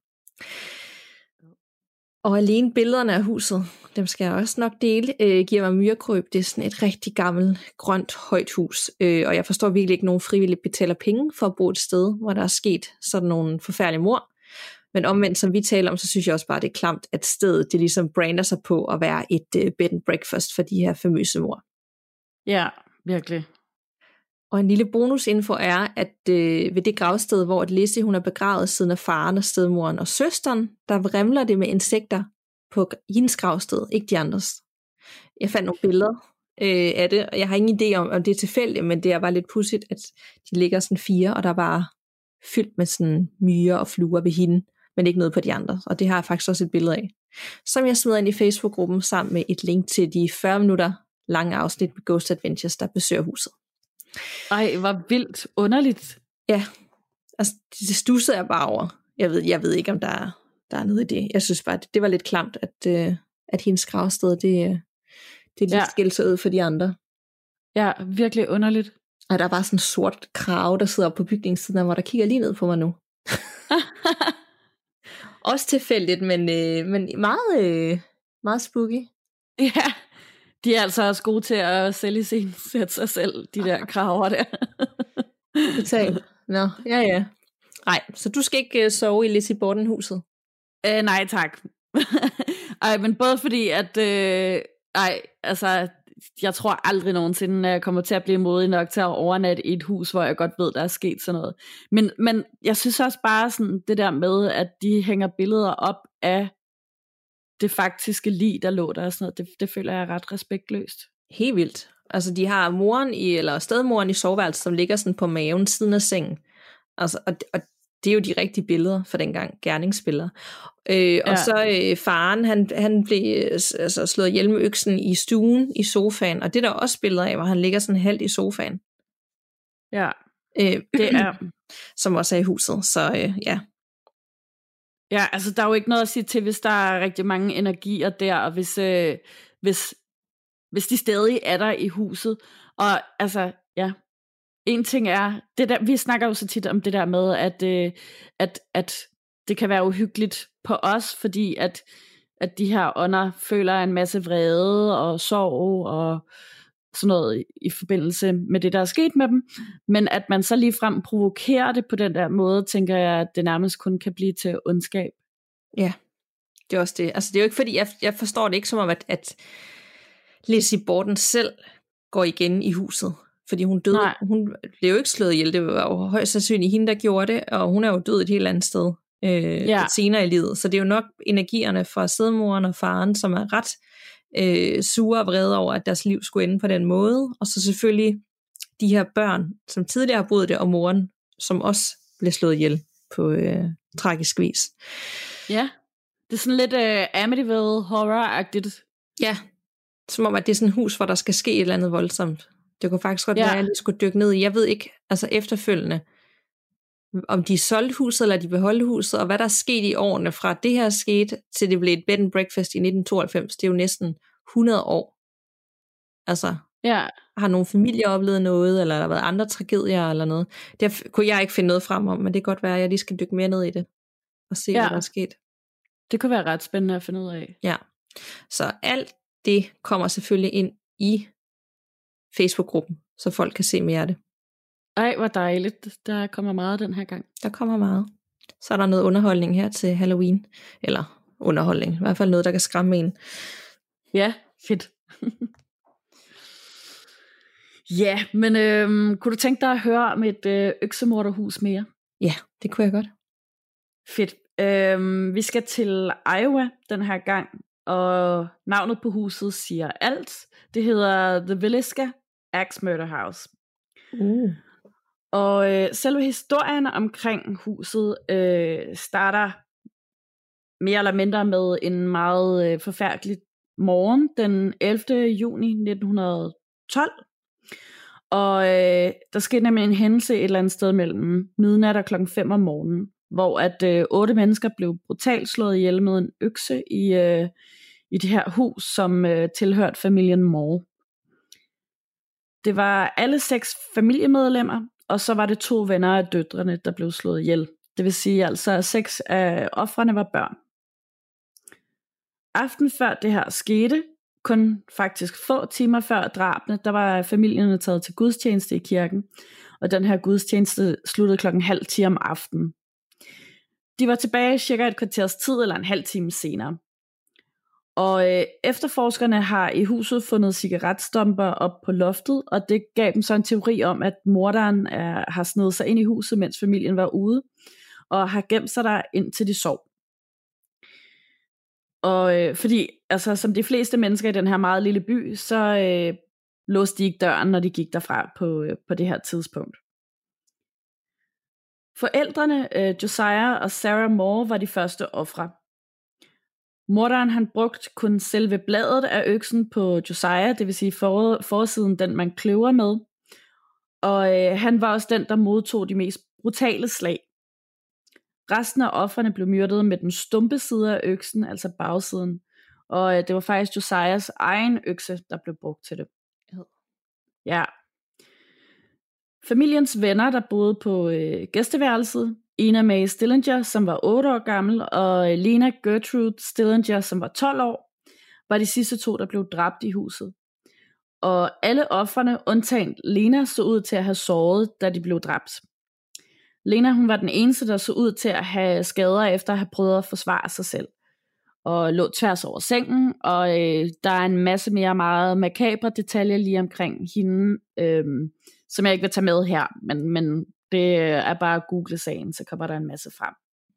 Og alene billederne af huset, dem skal jeg også nok dele, øh, giver mig myrekryb. Det er sådan et rigtig gammelt, grønt, højt hus. Øh, og jeg forstår virkelig ikke, nogen frivilligt betaler penge for at bo et sted, hvor der er sket sådan nogle forfærdelige mord. Men omvendt, som vi taler om, så synes jeg også bare, det er klamt, at stedet det ligesom brander sig på at være et uh, bed and breakfast for de her famøse mor. Ja, virkelig. Og en lille bonusinfo er, at øh, ved det gravsted, hvor Lizzie hun er begravet siden af faren og stedmoren og søsteren, der vrimler det med insekter på hendes gravsted, ikke de andres. Jeg fandt nogle billeder øh, af det, og jeg har ingen idé om, om det er tilfældigt, men det er bare lidt pudsigt, at de ligger sådan fire, og der er bare fyldt med sådan myrer og fluer ved hende, men ikke noget på de andre. Og det har jeg faktisk også et billede af, som jeg smider ind i Facebook-gruppen sammen med et link til de fyrre minutter lange afsnit med Ghost Adventures, der besøger huset. Ej, hvor vildt underligt. Ja, altså det stussede jeg bare over. Jeg ved, jeg ved ikke, om der er, der er noget i det. Jeg synes bare, det, det var lidt klamt, at, øh, at hendes gravsted, det, det lidt ja. skilte sig ud for de andre. Ja, virkelig underligt. Og der er bare sådan en sort krave, der sidder på bygningssiden, hvor der kigger lige ned på mig nu. Også tilfældigt, men, øh, men meget, øh, meget spooky. Ja, de er altså også gode til at sælge sin sætte sig selv, de der kraver der. Totalt. Nå, ja ja. Nej, så du skal ikke uh, sove i Lizzie Borden-huset? Øh, nej, tak. Ej, men både fordi, at øh, ej, altså, jeg tror aldrig nogensinde, at jeg kommer til at blive modig nok til at overnatte i et hus, hvor jeg godt ved, der er sket sådan noget. Men, men jeg synes også bare sådan, det der med, at de hænger billeder op af det faktiske lig, der lå der og sådan noget, det, det føler jeg er ret respektløst. Helt vildt. Altså, de har moren i, eller stedmoren i soveværelset, som ligger sådan på maven siden af sengen. Altså, og, og det er jo de rigtige billeder for dengang, gerningsbilleder. Øh, og ja. så øh, faren, han, han blev altså, slået ihjel med øksen i stuen i sofaen, og det er der også billeder af, hvor han ligger sådan halvt i sofaen. Ja, øh, det er... som også er i huset, så øh, ja. Ja, altså der er jo ikke noget at sige til, hvis der er rigtig mange energier der, og hvis, øh, hvis, hvis de stadig er der i huset. Og altså, ja, en ting er, det der, vi snakker jo så tit om det der med, at, øh, at, at det kan være uhyggeligt på os, fordi at, at de her ånder føler en masse vrede og sorg og sådan noget i forbindelse med det, der er sket med dem. Men at man så ligefrem provokerer det på den der måde, tænker jeg, at det nærmest kun kan blive til ondskab. Ja, det er også det. Altså det er jo ikke fordi, jeg, jeg forstår det ikke som om, at, at Lizzie Borden selv går igen i huset. Fordi hun døde, Nej. hun blev jo ikke slået ihjel, det var jo højst sandsynligt hende, der gjorde det, og hun er jo død et helt andet sted øh, ja. senere i livet. Så det er jo nok energierne fra stedmoren og faren, som er ret øh, sure og vrede over, at deres liv skulle ende på den måde. Og så selvfølgelig de her børn, som tidligere har boet der, og moren, som også blev slået ihjel på øh, tragisk vis. Ja, det er sådan lidt øh, Amityville horror-agtigt. Ja, som om, at det er sådan et hus, hvor der skal ske et eller andet voldsomt. Det kunne faktisk godt ja. være, at jeg lige skulle dykke ned i. Jeg ved ikke, altså efterfølgende, om de solgte huset, eller de beholdt huset, og hvad der er sket i årene fra det her skete, til det blev et bed and breakfast i nitten tooghalvfems. Det er jo næsten hundrede år. Altså, ja. har nogle familier oplevet noget, eller der har været andre tragedier, eller noget. Det kunne jeg ikke finde noget frem om, men det kan godt være, at jeg lige skal dykke mere ned i det, og se, ja. hvad der er sket. Det kunne være ret spændende at finde ud af. Ja, så alt det kommer selvfølgelig ind i Facebook-gruppen, så folk kan se mere af det. Ej, hvor dejligt. Der kommer meget den her gang. Der kommer meget. Så er der noget underholdning her til Halloween. Eller underholdning. I hvert fald noget, der kan skræmme en. Ja, fedt. Ja, men øhm, kunne du tænke dig at høre om et øh, øksemorderhus mere? Ja, det kunne jeg godt. Fedt. Øhm, vi skal til Iowa den her gang, og navnet på huset siger alt. Det hedder The Villisca Axe Murder House. Uh. Og øh, selve historien omkring huset øh, starter mere eller mindre med en meget øh, forfærdelig morgen den ellevte juni nitten tolv. Og øh, der skete nemlig en hændelse et eller andet sted mellem midnat og klokken fem om morgenen, hvor at øh, otte mennesker blev brutalt slået ihjel med en økse i, øh, i det her hus, som øh, tilhørte familien Moore. Det var alle seks familiemedlemmer, og så var det to venner af døtrene, der blev slået ihjel. Det vil sige altså, at seks af ofrene var børn. Aften før det her skete, kun faktisk få timer før drabene, der var familierne taget til gudstjeneste i kirken, og den her gudstjeneste sluttede klokken halv ti om aftenen. de var tilbage cirka et kvarters tid eller en halv time senere. Og øh, efterforskerne har i huset fundet cigaretstumper op på loftet, og det gav dem så en teori om, at morderen er, har snedet sig ind i huset, mens familien var ude, og har gemt sig der indtil de sov. Og øh, fordi, altså som de fleste mennesker i den her meget lille by, så øh, låste de ikke døren, når de gik derfra på, øh, på det her tidspunkt. Forældrene, øh, Josiah og Sarah Moore, var de første ofre. Morderen han brugte kun selve bladet af øksen på Josiah, det vil sige for, forsiden, den man kløver med. Og øh, han var også den, der modtog de mest brutale slag. Resten af ofrene blev myrdet med den stumpe side af øksen, altså bagsiden. Og øh, det var faktisk Josiahs egen økse, der blev brugt til det. Ja. Familiens venner, der boede på øh, gæsteværelset, Ina Mae Stillinger, som var otte år gammel, og Lena Gertrude Stillinger, som var tolv år, var de sidste to, der blev dræbt i huset. Og alle ofrene, undtagen Lena, så ud til at have såret, da de blev dræbt. Lena, hun var den eneste, der så ud til at have skader efter at have prøvet at forsvare sig selv. Og lå tværs over sengen, og øh, der er en masse mere meget makabre detaljer lige omkring hende, øh, som jeg ikke vil tage med her, men, men det er bare at google sagen, så kommer der en masse frem.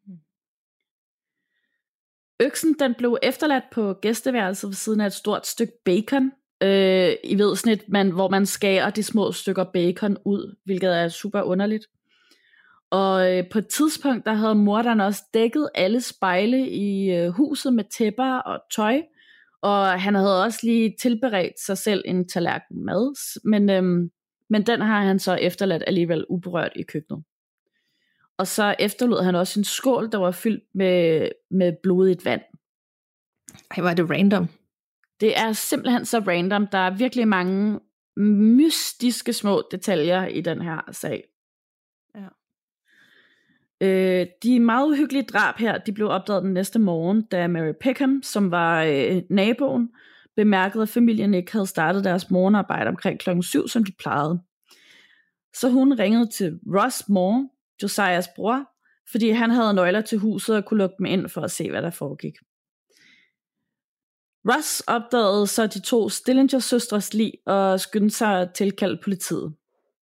Øksen, den blev efterladt på gæsteværelset ved siden af et stort stykke bacon. Øh, I ved sådan et, man, hvor man skærer de små stykker bacon ud, hvilket er super underligt. Og øh, på et tidspunkt, der havde morderen også dækket alle spejle i øh, huset med tæpper og tøj. Og han havde også lige tilberedt sig selv en tallerken mad, men, øhm, men den har han så efterladt alligevel uberørt i køkkenet. Og så efterlod han også en skål, der var fyldt med, med blodigt vand. Ej, var det random? Det er simpelthen så random. Der er virkelig mange mystiske små detaljer i den her sag. Ja. Øh, de meget uhyggelige drab her, de blev opdaget den næste morgen, da Mary Peckham, som var øh, naboen, bemærkede, at familien ikke havde startet deres morgenarbejde omkring klokken syv, som de plejede. Så hun ringede til Ross Moore, Josiahs bror, fordi han havde nøgler til huset og kunne lukke dem ind for at se, hvad der foregik. Ross opdagede så de to Stillinger-søstres lig og skyndte sig at tilkalde politiet.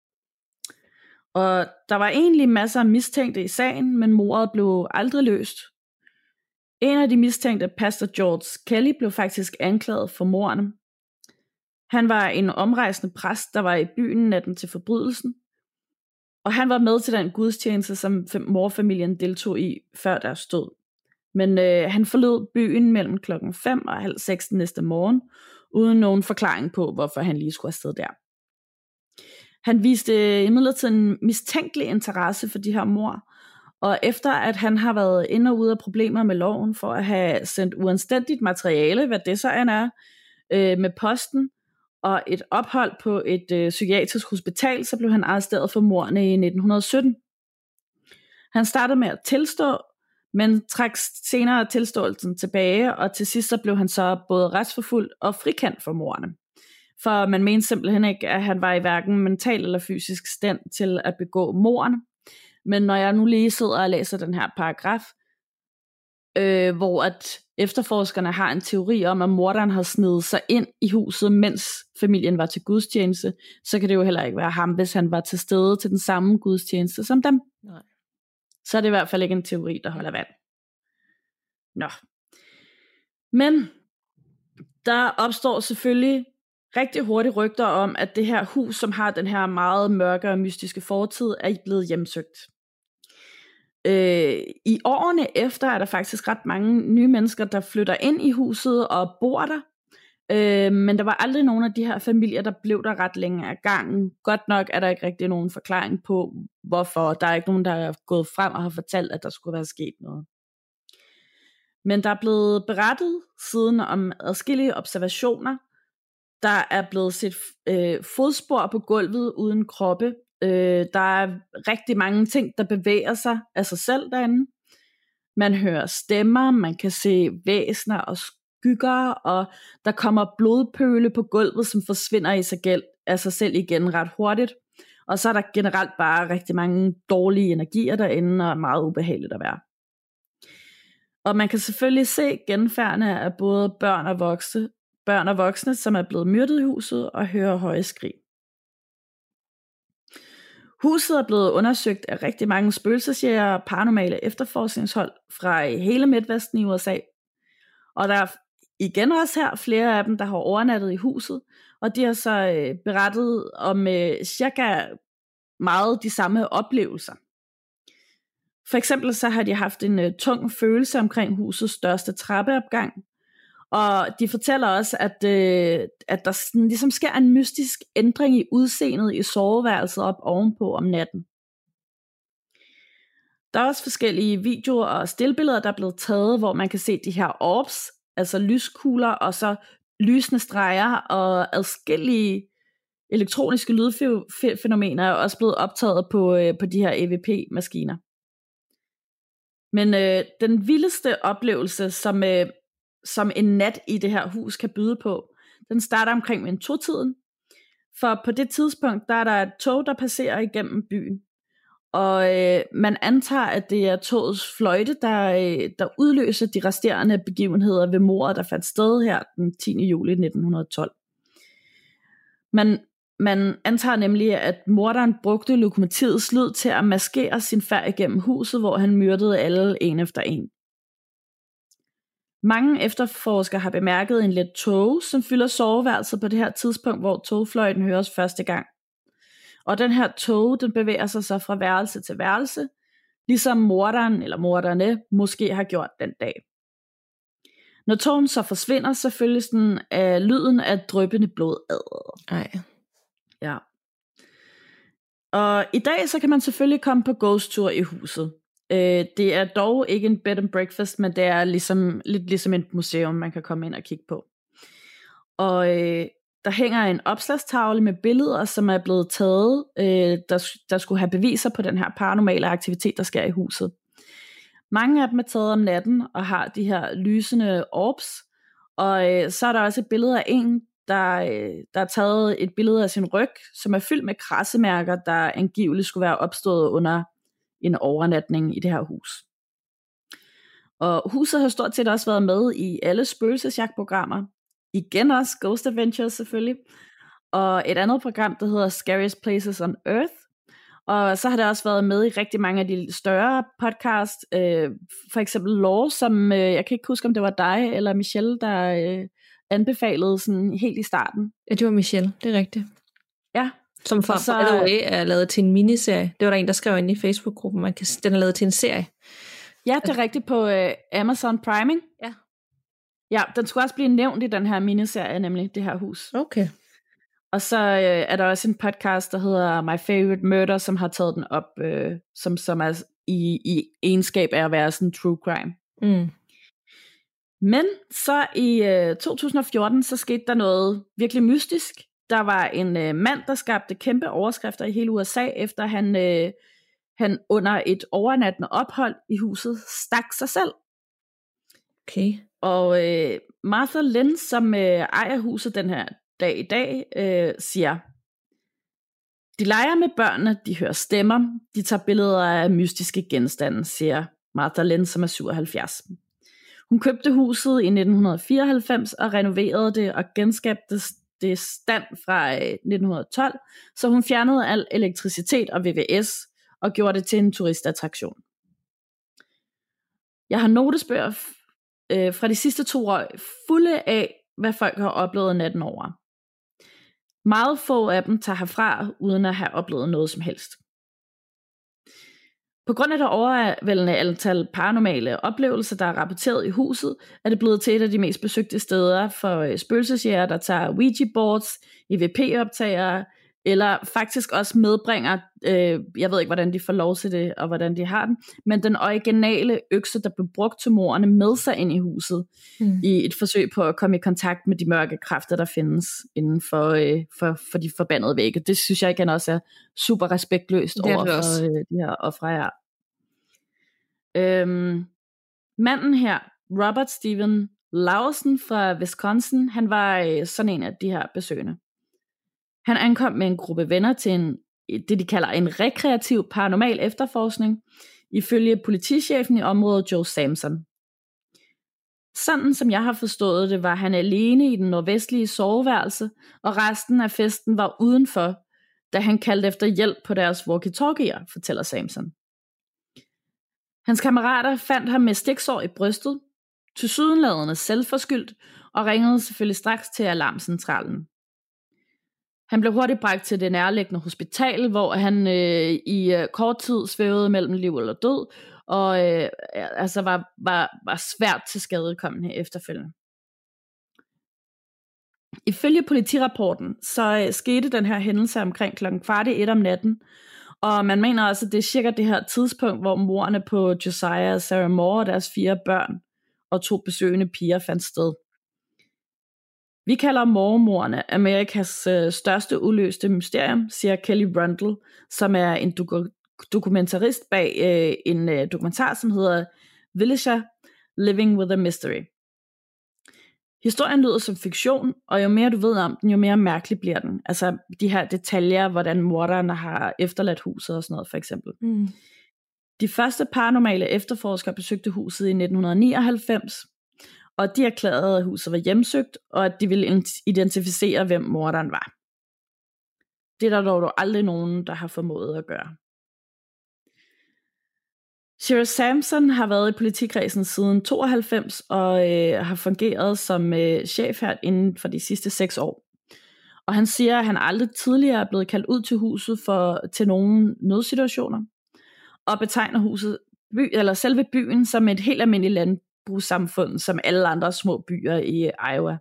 Og der var egentlig masser af mistænkte i sagen, men mordet blev aldrig løst. En af de mistænkte, pastor George Kelly, blev faktisk anklaget for mordene. Han var en omrejsende præst, der var i byen natten til forbrydelsen. Og han var med til den gudstjeneste, som morfamilien deltog i før deres død. Men øh, han forlod byen mellem klokken fem og halv seks næste morgen, uden nogen forklaring på, hvorfor han lige skulle afsted der. Han viste imidlertid en mistænkelig interesse for de her mord, og efter at han har været inde og ude af problemer med loven for at have sendt uanstændigt materiale, hvad det så end er, øh, med posten, og et ophold på et øh, psykiatrisk hospital, så blev han arresteret for mordene i nitten sytten. Han startede med at tilstå, men trak senere tilståelsen tilbage, og til sidst så blev han så både retsforfulgt og frikendt for mordene. For man mente simpelthen ikke, at han var i hverken mental eller fysisk stand til at begå mordene. Men når jeg nu lige sidder og læser den her paragraf, øh, hvor at efterforskerne har en teori om, at morderen har snedet sig ind i huset, mens familien var til gudstjeneste, så kan det jo heller ikke være ham, hvis han var til stede til den samme gudstjeneste som dem. Nej. Så er det i hvert fald ikke en teori, der holder vand. Nå. Men der opstår selvfølgelig rigtig hurtigt rygter om, at det her hus, som har den her meget mørke og mystiske fortid, er blevet hjemsøgt. Øh, I årene efter er der faktisk ret mange nye mennesker, der flytter ind i huset og bor der. Øh, men der var aldrig nogen af de her familier, der blev der ret længe af gangen. Godt nok er der ikke rigtig nogen forklaring på, hvorfor. Der er ikke nogen, der er gået frem og har fortalt, at der skulle være sket noget. Men der er blevet berettet siden om adskillige observationer. Der er blevet set øh, fodspor på gulvet uden kroppe. Øh, der er rigtig mange ting, der bevæger sig af sig selv derinde. Man hører stemmer, man kan se væsener og skygger, og der kommer blodpøle på gulvet, som forsvinder i sig, gæld, af sig selv igen ret hurtigt. Og så er der generelt bare rigtig mange dårlige energier derinde, og meget ubehageligt at være. Og man kan selvfølgelig se genfærdene af både børn og voksne, børn og voksne, som er blevet myrdet i huset og hører høje skrig. Huset er blevet undersøgt af rigtig mange spøgelsesjægere og paranormale efterforskningshold fra hele Midtvesten i U S A. Og der er igen også her flere af dem, der har overnattet i huset, og de har så øh, berettet om øh, cirka meget de samme oplevelser. For eksempel så har de haft en øh, tung følelse omkring husets største trappeopgang, og de fortæller også, at, øh, at der sådan, ligesom sker en mystisk ændring i udseendet i soveværelset op ovenpå om natten. Der er også forskellige videoer og stillbilleder, der er blevet taget, hvor man kan se de her orbs, altså lyskugler, og så lysende streger og adskillige elektroniske lydfænomener er også blevet optaget på, øh, på de her E V P-maskiner. Men øh, den vildeste oplevelse, som, øh, som en nat i det her hus kan byde på, den starter omkring en to-tiden. For på det tidspunkt, der er der et tog, der passerer igennem byen. Og øh, man antager, at det er togets fløjte, der, øh, der udløser de resterende begivenheder ved mordet, der fandt sted her den tiende juli nitten tolv. Man, man antager nemlig, at morderen brugte lokomotivets lyd til at maskere sin færd igennem huset, hvor han myrdede alle en efter en. Mange efterforskere har bemærket en let tog, som fylder soveværelset på det her tidspunkt, hvor togfløjten høres første gang. Og den her tog, den bevæger sig så fra værelse til værelse, ligesom morderen eller morderne måske har gjort den dag. Når togen så forsvinder, så følges den af lyden af dryppende blod. Ej. Ja. Og i dag så kan man selvfølgelig komme på ghost tour i huset. Øh, det er dog ikke en bed and breakfast, men det er ligesom, lidt ligesom et museum, man kan komme ind og kigge på. Og øh, der hænger en opslagstavle med billeder, som er blevet taget, øh, der, der skulle have beviser på den her paranormale aktivitet, der sker i huset. Mange af dem er taget om natten og har de her lysende orbs, og øh, så er der også et billede af en, der, øh, der er taget et billede af sin ryg, som er fyldt med krassemærker, der angiveligt skulle være opstået under en overnatning i det her hus. Og huset har stort set også været med i alle spøgelsesjagtprogrammer. Igen også Ghost Adventures selvfølgelig. Og et andet program, der hedder Scariest Places on Earth. Og så har det også været med i rigtig mange af de større podcasts. Øh, for eksempel Lore, som øh, jeg kan ikke huske, om det var dig eller Michelle, der øh, anbefalede sådan helt i starten. Ja, det var Michelle, det er rigtigt. Ja. Som for så, by the way er lavet til en miniserie. Det var der en, der skrev ind i Facebook-gruppen. Man kan, den er lavet til en serie. Ja, det er rigtigt på øh, Amazon Prime. Ja. Ja, den skulle også blive nævnt i den her miniserie, nemlig det her hus. Okay. Og så øh, er der også en podcast, der hedder My Favorite Murder, som har taget den op, øh, som, som er i, i egenskab af at være sådan true crime. Mm. Men så i øh, to tusind og fjorten, så skete der noget virkelig mystisk. Der var en øh, mand, der skabte kæmpe overskrifter i hele U S A, efter han, øh, han under et overnattende ophold i huset stak sig selv. Okay. Og øh, Martha Lynn, som øh, ejer huset den her dag i dag, øh, siger, de leger med børnene, de hører stemmer, de tager billeder af mystiske genstande, siger Martha Lynn, som er syvoghalvfjerds. Hun købte huset i nitten fireoghalvfems og renoverede det og genskabte det stand fra øh, nitten tolv, så hun fjernede al elektricitet og V V S og gjorde det til en turistattraktion. Jeg har notesbøger øh, fra de sidste to år fulde af, hvad folk har oplevet natten over. Meget få af dem tager herfra, uden at have oplevet noget som helst. På grund af det overvældende antal paranormale oplevelser, der er rapporteret i huset, er det blevet til et af de mest besøgte steder for spøgelsesjægere, der tager Ouija-boards, E V P-optagere, eller faktisk også medbringer, øh, jeg ved ikke, hvordan de får lov til det, og hvordan de har den, men den originale økse, der blev brugt til morderne, med sig ind i huset, mm. i et forsøg på at komme i kontakt med de mørke kræfter, der findes inden for, øh, for, for de forbandede vægge. Det synes jeg igen også er super respektløst over for øh, de her ofre her. Øhm, manden her, Robert Steven Lawson fra Wisconsin, han var øh, sådan en af de her besøgende. Han ankom med en gruppe venner til en, det de kalder en rekreativ paranormal efterforskning, ifølge politichefen i området Joe Samson. Sådan som jeg har forstået det, var han alene i den nordvestlige soveværelse, og resten af festen var udenfor, da han kaldte efter hjælp på deres walkie-talkier, fortæller Samson. Hans kammerater fandt ham med stiksår i brystet, tilsyneladende selvforskyldt, og ringede selvfølgelig straks til alarmcentralen. Han blev hurtigt bragt til det nærliggende hospital, hvor han øh, i øh, kort tid svævede mellem liv eller død, og øh, altså var, var, var svært til skadekommende efterfølgende. Ifølge politirapporten, så øh, skete den her hændelse omkring klokken kvart i et om natten, og man mener også, at det er cirka det her tidspunkt, hvor morerne på Josiah og Sarah Moore og deres fire børn og to besøgende piger fandt sted. Vi kalder Moore-mordene Amerikas øh, største uløste mysterium, siger Kelly Rundle, som er en doku- dokumentarist bag øh, en øh, dokumentar, som hedder Villager, Living with a Mystery. Historien lyder som fiktion, og jo mere du ved om den, jo mere mærkelig bliver den. Altså de her detaljer, hvordan morderne har efterladt huset og sådan noget, for eksempel. Mm. De første paranormale efterforskere besøgte huset i nitten nioghalvfems, og de erklærede, at huset var hjemsøgt, og at de ville identificere, hvem morderen var. Det er der dog aldrig nogen, der har formået at gøre. Sheriff Samson har været i politikredsen siden tooghalvfems, og øh, har fungeret som øh, chef her inden for de sidste seks år. Og han siger, at han aldrig tidligere er blevet kaldt ud til huset for, til nogle nødsituationer, og betegner huset, by, eller selve byen, som et helt almindeligt landbrugssamfund, som alle andre små byer i Iowa.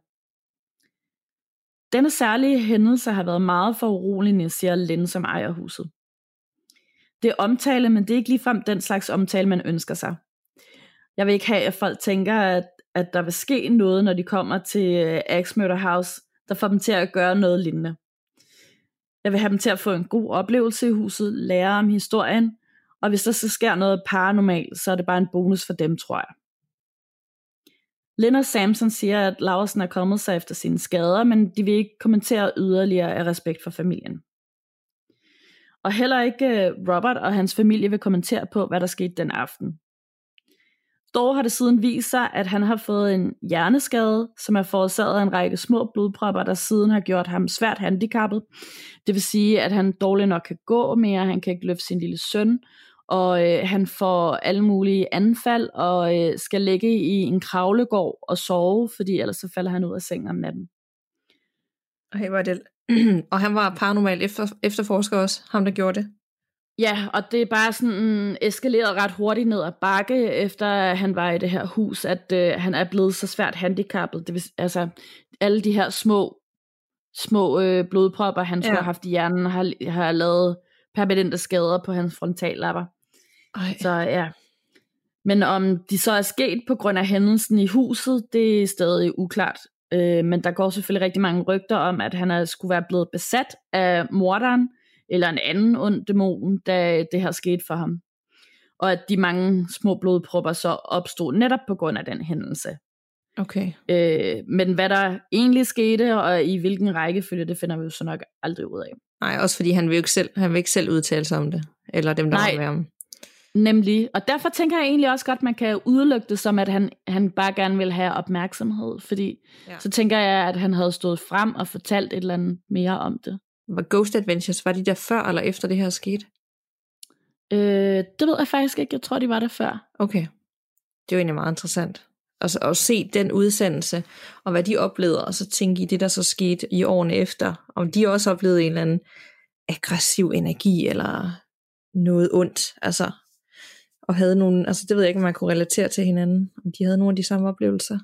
Denne særlige hændelse har været meget for uroligende, siger Lynn, som ejer huset. Det er omtale, men det er ikke ligefrem den slags omtale, man ønsker sig. Jeg vil ikke have, at folk tænker, at, at der vil ske noget, når de kommer til uh, Axe Murder House, der får dem til at gøre noget lignende. Jeg vil have dem til at få en god oplevelse i huset, lære om historien, og hvis der så sker noget paranormalt, så er det bare en bonus for dem, tror jeg. Lynn Samson siger, at Laursen er kommet sig efter sine skader, men de vil ikke kommentere yderligere af respekt for familien. Og heller ikke Robert og hans familie vil kommentere på, hvad der skete den aften. Dog har det siden vist sig, at han har fået en hjerneskade, som er forårsaget af en række små blodpropper, der siden har gjort ham svært handicappet. Det vil sige, at han dårligt nok kan gå mere, han kan ikke løfte sin lille søn, og øh, han får alle mulige anfald og øh, skal ligge i en kravlegård og sove, fordi ellers så falder han ud af sengen om natten. Okay, var det... og han var paranormal efter, efterforsker også, ham der gjorde det. Ja, og det er bare sådan eskaleret ret hurtigt ned ad bakke, efter han var i det her hus, at øh, han er blevet så svært handicappet. Det vil, altså, alle de her små, små øh, blodpropper, han skulle ja. have haft i hjernen, har, har lavet permanente skader på hans frontallapper. Ej. Så ja. Men om de så er sket på grund af hændelsen i huset, det er stadig uklart. Øh, men der går selvfølgelig rigtig mange rygter om, at han er, skulle være blevet besat af morderen, eller en anden ond dæmon, da det her skete for ham. Og at de mange små blodpropper så opstod netop på grund af den hændelse. Okay. Øh, men hvad der egentlig skete, og i hvilken rækkefølge, det finder vi jo så nok aldrig ud af. Nej, også fordi han vil jo ikke selv, han vil ikke selv udtale sig om det, eller dem, der Nej. var med ham. Nemlig, og derfor tænker jeg egentlig også godt, at man kan udelukke det som, at han, han bare gerne vil have opmærksomhed, fordi ja. Så tænker jeg, at han havde stået frem og fortalt et eller andet mere om det. Var Ghost Adventures, var de der før eller efter det her skete? Øh, det ved jeg faktisk ikke, jeg tror de var der før. Okay, det er jo egentlig meget interessant. Altså at se den udsendelse, og hvad de oplevede, og så tænke i det, der så skete i årene efter, om de også oplevede en eller anden aggressiv energi, eller noget ondt, altså, og havde nogle, altså det ved jeg ikke, om man kunne relatere til hinanden, om de havde nogle af de samme oplevelser.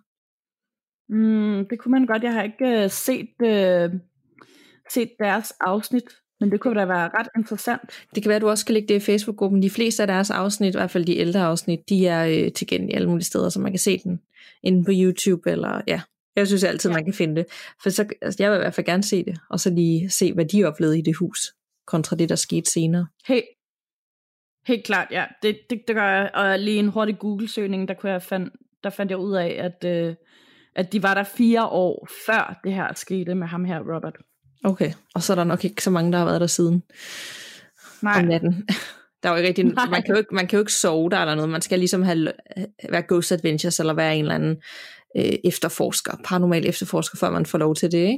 Mm, det kunne man godt, jeg har ikke uh, set, uh, set deres afsnit, men det kunne da være ret interessant. Det kan være, at du også kan lægge det i Facebook-gruppen. De fleste af deres afsnit, i hvert fald de ældre afsnit, de er øh, tilgængelige alle mulige steder, så man kan se den inde på YouTube, eller ja, jeg synes altid, ja. Man kan finde det. For så, altså, jeg vil i hvert fald gerne se det, og så lige se, hvad de oplevede i det hus, kontra det, der skete senere. Helt, helt klart, ja. Det, det, det gør jeg, og lige en hurtig Google-søgning, der, kunne jeg fand, der fandt jeg ud af, at, øh, at de var der fire år før det her skete med ham her, Robert. Okay, og så er der nok ikke så mange, der har været der siden. Nej. Om natten. Der er jo ikke rigtig, man, kan jo ikke, man kan jo ikke sove der eller noget. Man skal ligesom have, være Ghost Adventures, eller være en eller anden øh, efterforsker, paranormal efterforsker, før man får lov til det, ikke?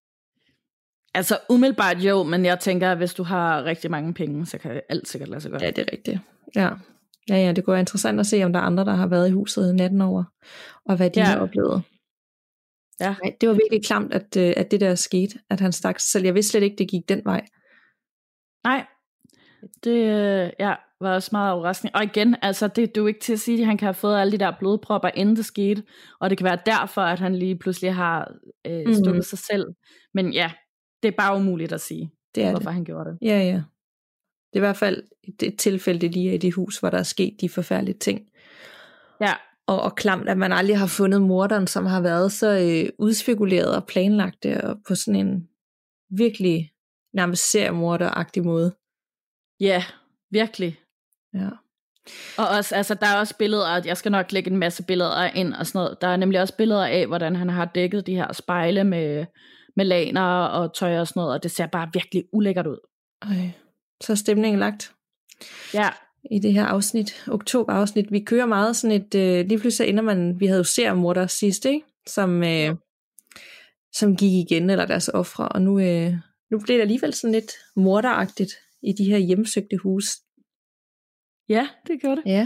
Altså umiddelbart jo, men jeg tænker, at hvis du har rigtig mange penge, så kan alt sikkert lade sig gøre. Ja, det er rigtigt. Ja. Ja, ja, det kunne være interessant at se, om der er andre, der har været i huset natten over, og hvad de ja. har oplevet. Ja. Nej, det var virkelig klamt, at, at det der skete, at han stak sig selv. Jeg vidste slet ikke, det gik den vej. Nej, det ja, var også meget overraskende. Og igen, altså, det er jo ikke til at sige, at han kan have fået alle de der blodpropper, inden det skete, og det kan være derfor, at han lige pludselig har øh, stukket mm. sig selv. Men ja, det er bare umuligt at sige, det er hvorfor det. Han gjorde det. Ja, ja. Det er i hvert fald et tilfælde lige i det hus, hvor der er sket de forfærdelige ting. Ja. Og, og klamt, at man aldrig har fundet morderen, som har været så øh, udspekuleret og planlagt det, og på sådan en virkelig nærmest seriemorder-agtig måde. Ja, virkelig. Ja. Og også, altså, der er også billeder, jeg skal nok lægge en masse billeder ind og sådan noget. Der er nemlig også billeder af, hvordan han har dækket de her spejle med, med laner og tøj og sådan noget, og det ser bare virkelig ulækkert ud. Ej. Så er stemningen lagt. Ja. I det her afsnit, oktober-afsnit. Vi kører meget sådan et, øh, lige pludselig ender man, vi havde jo seriemorder sidst, ikke? Som, øh, som gik igen, eller deres ofre, og nu, øh, nu bliver det alligevel sådan lidt morderagtigt i de her hjemsøgte hus. Ja, det gør det. Ja.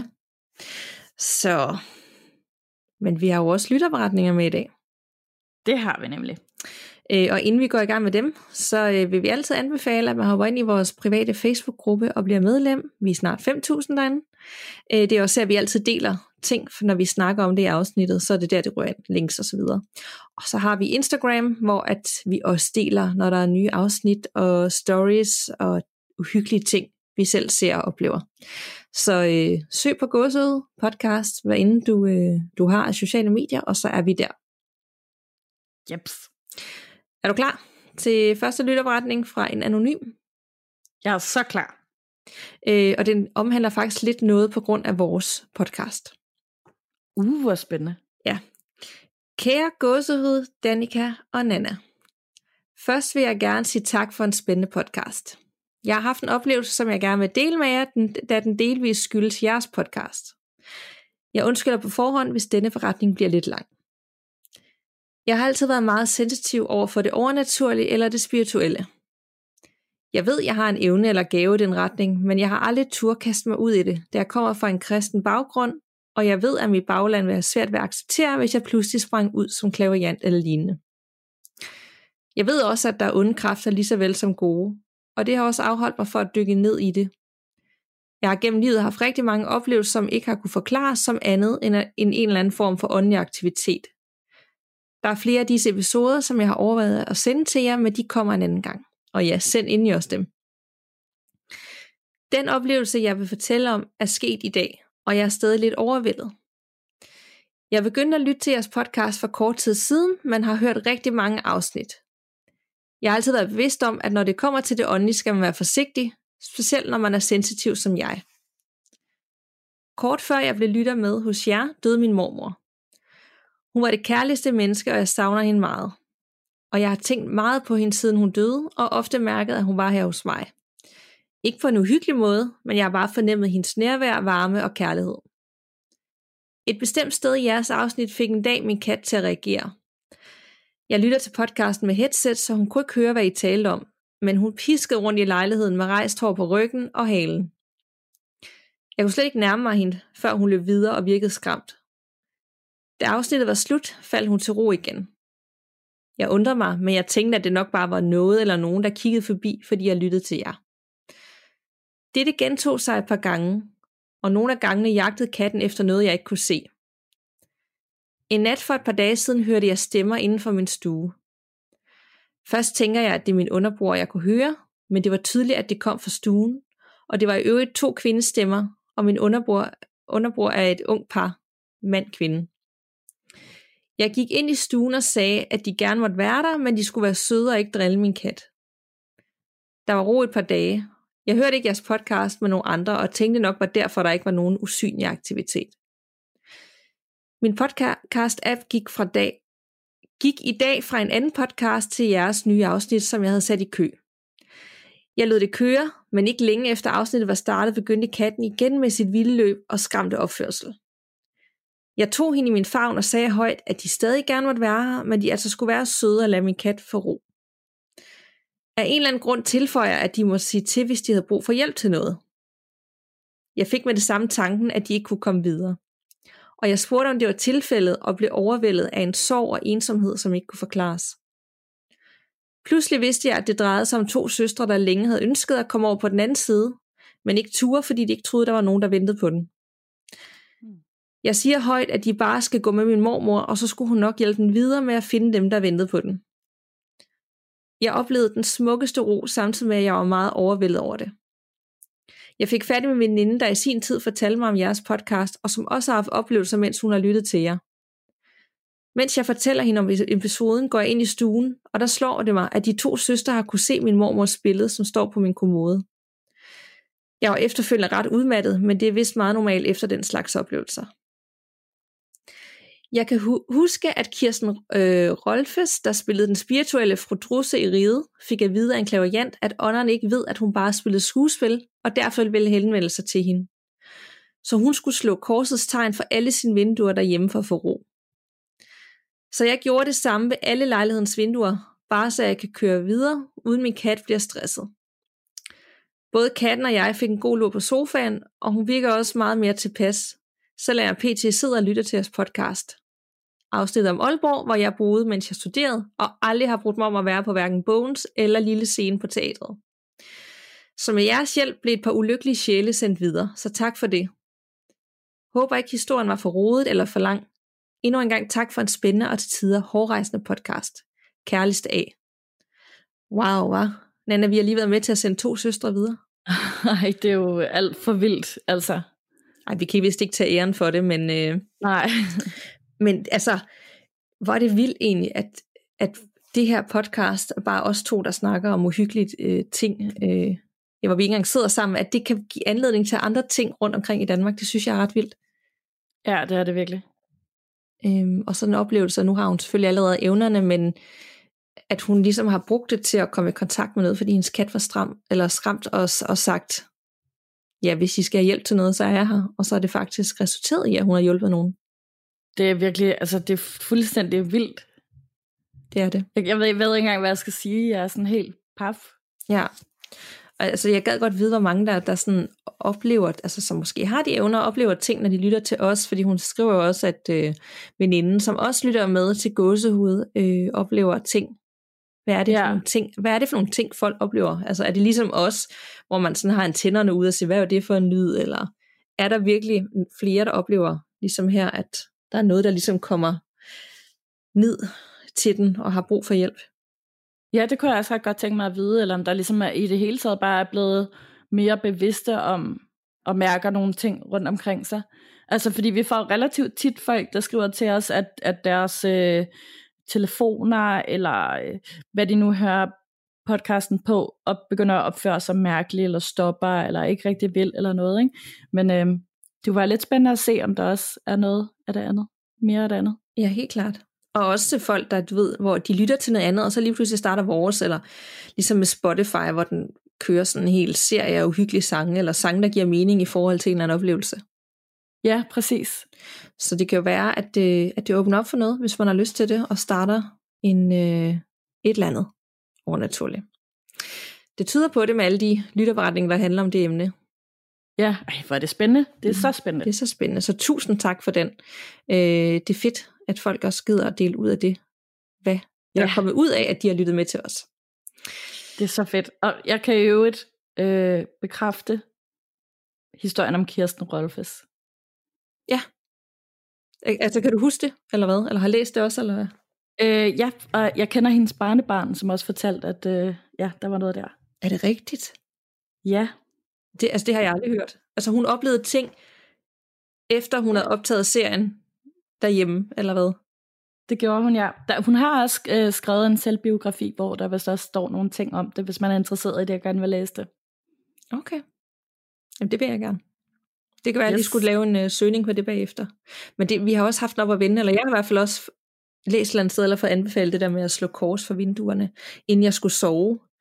Så, men vi har jo også lytterberetninger med i dag. Det har vi nemlig. Øh, og inden vi går i gang med dem, så øh, vil vi altid anbefale, at man hopper ind i vores private Facebook-gruppe og bliver medlem. Vi er snart fem tusind derinde. Øh, det er også at vi altid deler ting, når vi snakker om det i afsnittet, så er det der, det rører ind, links og så videre. Og så har vi Instagram, hvor at vi også deler, når der er nye afsnit og stories og uhyggelige ting, vi selv ser og oplever. Så øh, søg på Gåsehud podcast, hvad inden du, øh, du har af sociale medier, og så er vi der. Jeps. Er du klar til første lytterberetning fra en anonym? Jeg er så klar. Øh, og den omhandler faktisk lidt noget på grund af vores podcast. Uh, hvor spændende. Ja. Kære Gåsehud, Danika og Nana. Først vil jeg gerne sige tak for en spændende podcast. Jeg har haft en oplevelse, som jeg gerne vil dele med jer, da den delvis skyldes jeres podcast. Jeg undskylder på forhånd, hvis denne forretning bliver lidt lang. Jeg har altid været meget sensitiv over for det overnaturlige eller det spirituelle. Jeg ved, jeg har en evne eller gave i den retning, men jeg har aldrig turde kaste mig ud i det, da jeg kommer fra en kristen baggrund, og jeg ved, at mit bagland vil have svært ved at acceptere, hvis jeg pludselig sprang ud som clairvoyant eller lignende. Jeg ved også, at der er onde kræfter lige så vel som gode, og det har også afholdt mig for at dykke ned i det. Jeg har gennem livet haft rigtig mange oplevelser, som ikke har kunne forklares som andet end en eller anden form for åndelig aktivitet. Der er flere af disse episoder, som jeg har overvejet at sende til jer, men de kommer en anden gang. Og ja, send ind i os dem. Den oplevelse, jeg vil fortælle om, er sket i dag, og jeg er stadig lidt overvældet. Jeg begyndte at lytte til jeres podcast for kort tid siden, men har hørt rigtig mange afsnit. Jeg har altid været bevidst om, at når det kommer til det åndelige, skal man være forsigtig, specielt når man er sensitiv som jeg. Kort før jeg blev lytter med hos jer, døde min mormor. Hun var det kærligste menneske, og jeg savner hende meget. Og jeg har tænkt meget på hende, siden hun døde, og ofte mærket, at hun var her hos mig. Ikke på en uhyggelig måde, men jeg har bare fornemmet hendes nærvær, varme og kærlighed. Et bestemt sted i jeres afsnit fik en dag min kat til at reagere. Jeg lytter til podcasten med headset, så hun kunne ikke høre, hvad I talte om, men hun piskede rundt i lejligheden med rejst hår på ryggen og halen. Jeg kunne slet ikke nærme mig hende, før hun løb videre og virkede skræmt. Da afsnittet var slut, faldt hun til ro igen. Jeg undrede mig, men jeg tænkte, at det nok bare var noget eller nogen, der kiggede forbi, fordi jeg lyttede til jer. Dette gentog sig et par gange, og nogle af gangene jagtede katten efter noget, jeg ikke kunne se. En nat for et par dage siden hørte jeg stemmer inden for min stue. Først tænker jeg, at det er min underbror, jeg kunne høre, men det var tydeligt, at det kom fra stuen, og det var i øvrigt to kvindestemmer, og min underbror, underbror er et ung par, mand-kvinde. Jeg gik ind i stuen og sagde, at de gerne måtte være der, men de skulle være søde og ikke drille min kat. Der var ro et par dage. Jeg hørte ikke jeres podcast med nogle andre, og tænkte nok var derfor, der ikke var nogen usynlig aktivitet. Min podcast-app gik, fra dag, gik i dag fra en anden podcast til jeres nye afsnit, som jeg havde sat i kø. Jeg lod det køre, men ikke længe efter afsnittet var startet, begyndte katten igen med sit vilde løb og skræmte opførsel. Jeg tog hende i min favn og sagde højt, at de stadig gerne måtte være her, men de altså skulle være søde og lade min kat få ro. Af en eller anden grund tilføjer jeg, at de må sige til, hvis de havde brug for hjælp til noget. Jeg fik med det samme tanken, at de ikke kunne komme videre. Og jeg spurgte, om det var tilfældet, og blev overvældet af en sorg og ensomhed, som ikke kunne forklares. Pludselig vidste jeg, at det drejede sig om to søstre, der længe havde ønsket at komme over på den anden side, men ikke turde, fordi de ikke troede, der var nogen, der ventede på den. Jeg siger højt, at de bare skal gå med min mormor, og så skulle hun nok hjælpe den videre med at finde dem, der ventede på den. Jeg oplevede den smukkeste ro, samtidig med, at jeg var meget overvældet over det. Jeg fik fat i min veninde, der i sin tid fortalte mig om jeres podcast, og som også har haft oplevelser, mens hun har lyttet til jer. Mens jeg fortæller hende om episoden, går jeg ind i stuen, og der slår det mig, at de to søstre har kunne se min mormors billede, som står på min kommode. Jeg var efterfølgende ret udmattet, men det er vist meget normalt efter den slags oplevelser. Jeg kan hu- huske, at Kirsten øh, Rolfes, der spillede den spirituelle fru Drusse i riget, fik at vide af en clairvoyant, at ånderne ikke ved, at hun bare spillede skuespil, og derfor ville henvende sig til hende. Så hun skulle slå korsets tegn for alle sine vinduer derhjemme for at få ro. Så jeg gjorde det samme ved alle lejlighedens vinduer, bare så jeg kan køre videre, uden min kat bliver stresset. Både katten og jeg fik en god lur på sofaen, og hun virker også meget mere tilpas, selvom jeg pt. Sidder og lytter til jeres podcast. Afsnittet om Aalborg, hvor jeg boede, mens jeg studerede, og aldrig har brugt mig om at være på hverken Bones eller lille scene på teatret. Så med jeres hjælp blev et par ulykkelige sjæle sendt videre, så tak for det. Håber ikke historien var for rodet eller for lang. Endnu en gang tak for en spændende og til tider hårrejsende podcast. Kærligst A. Wow, wow. Nana, vi har lige været med til at sende to søstre videre. Ej, det er jo alt for vildt, altså. Ej, vi kan vist ikke tage æren for det, men... Øh, Nej. men altså, hvor er det vildt egentlig, at, at det her podcast er bare os to, der snakker om uhyggeligt øh, ting, øh, hvor vi ikke engang sidder sammen, at det kan give anledning til andre ting rundt omkring i Danmark. Det synes jeg er ret vildt. Ja, det er det virkelig. Øhm, og sådan en oplevelse, og nu har hun selvfølgelig allerede evnerne, men at hun ligesom har brugt det til at komme i kontakt med noget, fordi hendes kat var stram, eller skræmt og, og sagt, ja, hvis I skal have hjælp til noget, så er jeg her. Og så er det faktisk resulteret i, at hun har hjulpet nogen. Det er virkelig, altså det er fuldstændig vildt. Det er det. Jeg, jeg, ved, jeg ved ikke engang, hvad jeg skal sige. Jeg er sådan helt paf. Ja. Altså jeg gad godt vide, hvor mange der, der sådan oplever, altså som måske har de evner, oplever ting, når de lytter til os, fordi hun skriver jo også, at øh, veninden, som også lytter med til gåsehud, øh, oplever ting. Hvad er det, ja. for nogle ting? Hvad er det for nogle ting, folk oplever? Altså er det ligesom os, hvor man sådan har antennerne ude og siger, hvad er det for en lyd? Eller er der virkelig flere, der oplever, ligesom her, at der er noget, der ligesom kommer ned til den og har brug for hjælp? Ja, det kunne jeg også godt tænke mig at vide, eller om der ligesom er, i det hele taget bare er blevet mere bevidste om og mærker nogle ting rundt omkring sig. Altså fordi vi får relativt tit folk, der skriver til os, at, at deres øh, telefoner, eller øh, hvad de nu hører podcasten på, og begynder at opføre sig mærkeligt, eller stopper, eller ikke rigtig vil, eller noget. Ikke? Men øh, det var lidt spændende at se, om der også er noget af det andet. Mere af det andet. Ja, helt klart. Og også til folk, der du ved, hvor de lytter til noget andet, og så lige pludselig starter vores, eller ligesom med Spotify, hvor den kører sådan en hel serie af uhyggelige sange, eller sange, der giver mening i forhold til en eller anden oplevelse. Ja, præcis. Så det kan jo være, at det, at det åbner op for noget, hvis man har lyst til det, og starter en, øh, et eller andet overnaturligt. Det tyder på det med alle de lytterberetninger, der handler om det emne. Ja, ej, hvor er det spændende. Det er så spændende. Det er så spændende, så tusind tak for den. Øh, det er fedt, at folk også gider at dele ud af det, hvad der ja. er kommet ud af, at de har lyttet med til os. Det er så fedt. Og jeg kan jo øvrigt øh, bekræfte historien om Kirsten Rolfes. Ja. Altså, kan du huske det, eller hvad? Eller har læst det også, eller hvad? Øh, ja, og jeg kender hendes barnebarn, som også fortalte, at øh, ja, der var noget der. Er det rigtigt? Ja. Det, altså, det har jeg aldrig hørt. Altså, hun oplevede ting, efter hun havde optaget serien derhjemme, eller hvad? Det gjorde hun, ja. Der, hun har også øh, skrevet en selvbiografi, hvor der vist også står nogle ting om det, hvis man er interesseret i det, og gerne vil læse det. Okay. Jamen, det vil jeg gerne. Det kan være, yes. at de skulle lave en uh, søgning på det bagefter. Men det, vi har også haft den op at vende, eller jeg har i hvert fald også læst et eller andet sted, eller fået anbefalet det der med at slå kors for vinduerne, inden jeg skulle sove.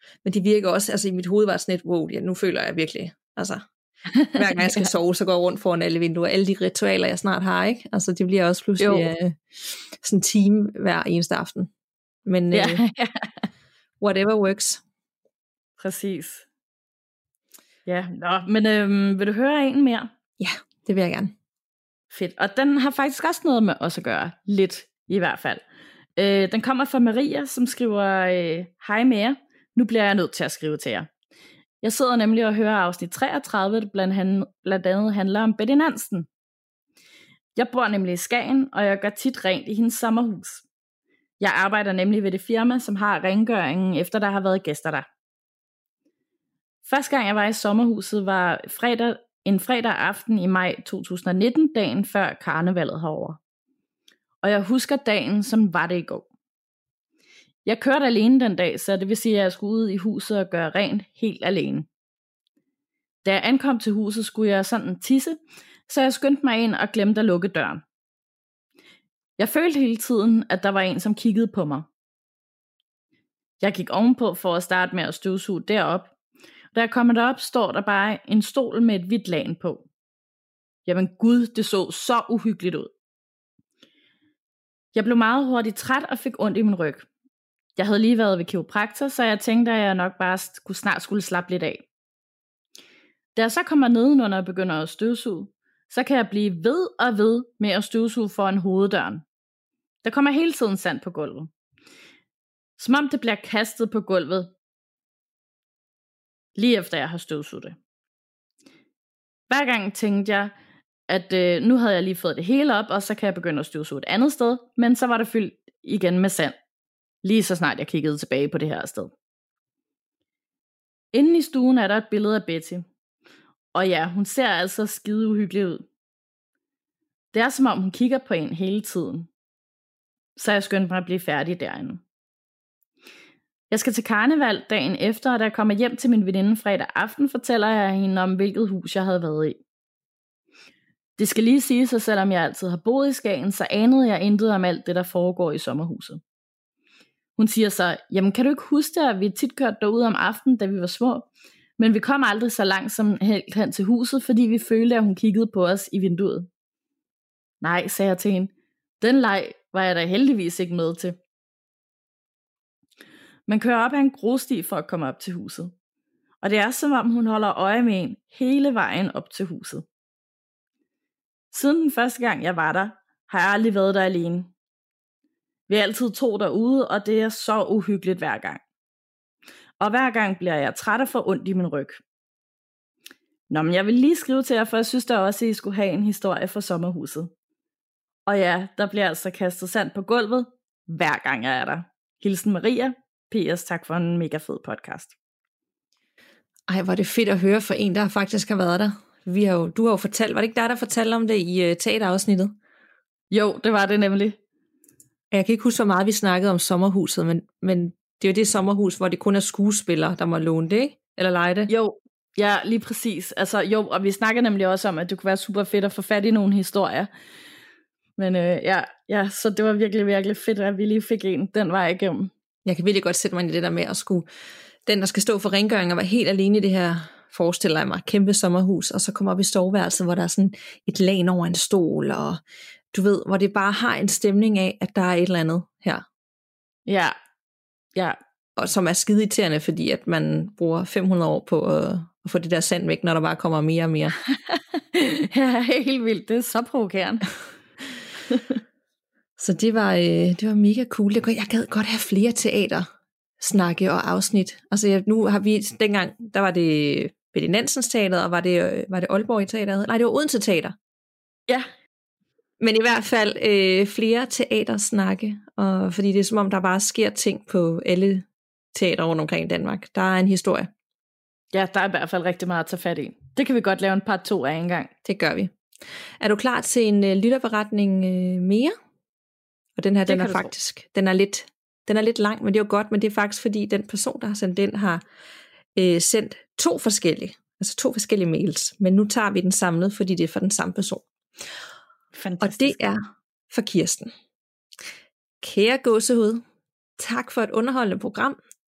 Men de virker også, altså i mit hoved var sådan et, wow, ja, nu føler jeg virkelig, altså hver gang jeg skal sove, så går jeg rundt foran alle vinduer, alle de ritualer, jeg snart har, ikke? Altså det bliver også pludselig øh, sådan en time hver eneste aften. Men Ja. øh, whatever works. Præcis. Ja, nå, men øhm, vil du høre en mere? Ja, det vil jeg gerne. Fedt. Og den har faktisk også noget med os at gøre. Lidt i hvert fald. Øh, den kommer fra Maria, som skriver, øh, hej med jer. Nu bliver jeg nødt til at skrive til jer. Jeg sidder nemlig og hører afsnit treogtredive, der blandt, han, blandt andet handler om Betty Nansen. Jeg bor nemlig i Skagen, og jeg gør tit rent i hendes sommerhus. Jeg arbejder nemlig ved det firma, som har rengøringen, efter der har været gæster der. Første gang jeg var i sommerhuset var fredag, en fredag aften i maj to tusind nitten, dagen før karnevalet herover. Og jeg husker dagen, som var det i går. Jeg kørte alene den dag, så det vil sige, at jeg skulle ud i huset og gøre rent helt alene. Da jeg ankom til huset, skulle jeg sådan tisse, så jeg skyndte mig ind og glemte at lukke døren. Jeg følte hele tiden, at der var en, som kiggede på mig. Jeg gik ovenpå for at starte med at støvsuge derop. Da jeg kommer derop, står der bare en stol med et hvidt lagen på. Jamen gud, det så så uhyggeligt ud. Jeg blev meget hurtigt træt og fik ondt i min ryg. Jeg havde lige været ved kiropraktor, så jeg tænkte, at jeg nok bare skulle, snart skulle slappe lidt af. Da jeg så kommer nedenunder og begynder at støvsuge, så kan jeg blive ved og ved med at støvsuge foran hoveddøren. Der kommer hele tiden sand på gulvet. Som om det bliver kastet på gulvet, lige efter jeg har støvsuget det. Hver gang tænkte jeg, at øh, nu havde jeg lige fået det hele op, og så kan jeg begynde at støvsuge et andet sted, men så var det fyldt igen med sand, lige så snart jeg kiggede tilbage på det her sted. Inde i stuen er der et billede af Betty, og ja, hun ser altså skide uhyggelig ud. Det er som om hun kigger på en hele tiden, så jeg skyndte mig at blive færdig derinde. Jeg skal til karneval dagen efter, og da jeg kommer hjem til min veninde fredag aften, fortæller jeg hende om, hvilket hus jeg havde været i. Det skal lige siges, at selvom jeg altid har boet i Skagen, så anede jeg intet om alt det, der foregår i sommerhuset. Hun siger så, jamen kan du ikke huske det, at vi tit kørte derud om aftenen, da vi var små, men vi kom aldrig så langt som helt hen til huset, fordi vi følte, at hun kiggede på os i vinduet. Nej, sagde jeg til hende. Den leg var jeg da heldigvis ikke med til. Man kører op ad en grussti for at komme op til huset. Og det er som om hun holder øje med en hele vejen op til huset. Siden den første gang jeg var der, har jeg aldrig været der alene. Vi er altid to derude, og det er så uhyggeligt hver gang. Og hver gang bliver jeg træt og får ondt i min ryg. Nå, men jeg vil lige skrive til jer, for jeg synes da også, at I skulle have en historie fra sommerhuset. Og ja, der bliver altså kastet sand på gulvet, hver gang jeg er der. Hilsen Maria. P S Tak for en mega fed podcast. Ej, hvor er det fedt at høre fra en, der faktisk har været der. Vi har jo, du har jo fortalt, var det ikke dig, der fortalte om det i uh, teaterafsnittet? Jo, det var det nemlig. Jeg kan ikke huske, hvor meget vi snakkede om sommerhuset, men, men det er jo det sommerhus, hvor det kun er skuespillere, der må låne det, ikke? Eller lege det. Jo, ja, lige præcis. Altså, jo, og vi snakker nemlig også om, at det kunne være super fedt at få fat i nogle historier. Men øh, ja, ja, så det var virkelig, virkelig fedt, at vi lige fik en den vej igennem. Jeg kan virkelig godt sætte mig ind i det der med at skulle, den der skal stå for rengøring og være helt alene i det her, forestiller jeg mig, kæmpe sommerhus, og så kommer op i stoveværelset, hvor der er sådan et lag over en stol, og du ved, hvor det bare har en stemning af, at der er et eller andet her. Ja, ja. Og som er skide irriterende, fordi at man bruger fem hundrede år på at, at få det der sand væk, når der bare kommer mere og mere. Ja, helt vildt. Det er så provokerende. Så det var, øh, det var mega cool. Jeg gad godt have flere teater snakke og afsnit. Altså jeg, nu har vi, dengang, der var det Betty Nansens teater, og var det, var det Aalborg teater? Nej, det var Odense teater. Ja. Men i hvert fald øh, flere teatersnakke, og fordi det er som om, der bare sker ting på alle teater rundt omkring i Danmark. Der er en historie. Ja, der er i hvert fald rigtig meget at tage fat i. Det kan vi godt lave en part to af en gang. Det gør vi. Er du klar til en øh, lytterberetning øh, mere? Og den her, den er faktisk, tro. den er lidt, den er lidt lang, men det er jo godt, men det er faktisk fordi, den person, der har sendt den, har øh, sendt to forskellige, altså to forskellige mails, men nu tager vi den samlet, fordi det er for den samme person. Fantastisk. Og det er for Kirsten. Kære gåsehud, tak for et underholdende program.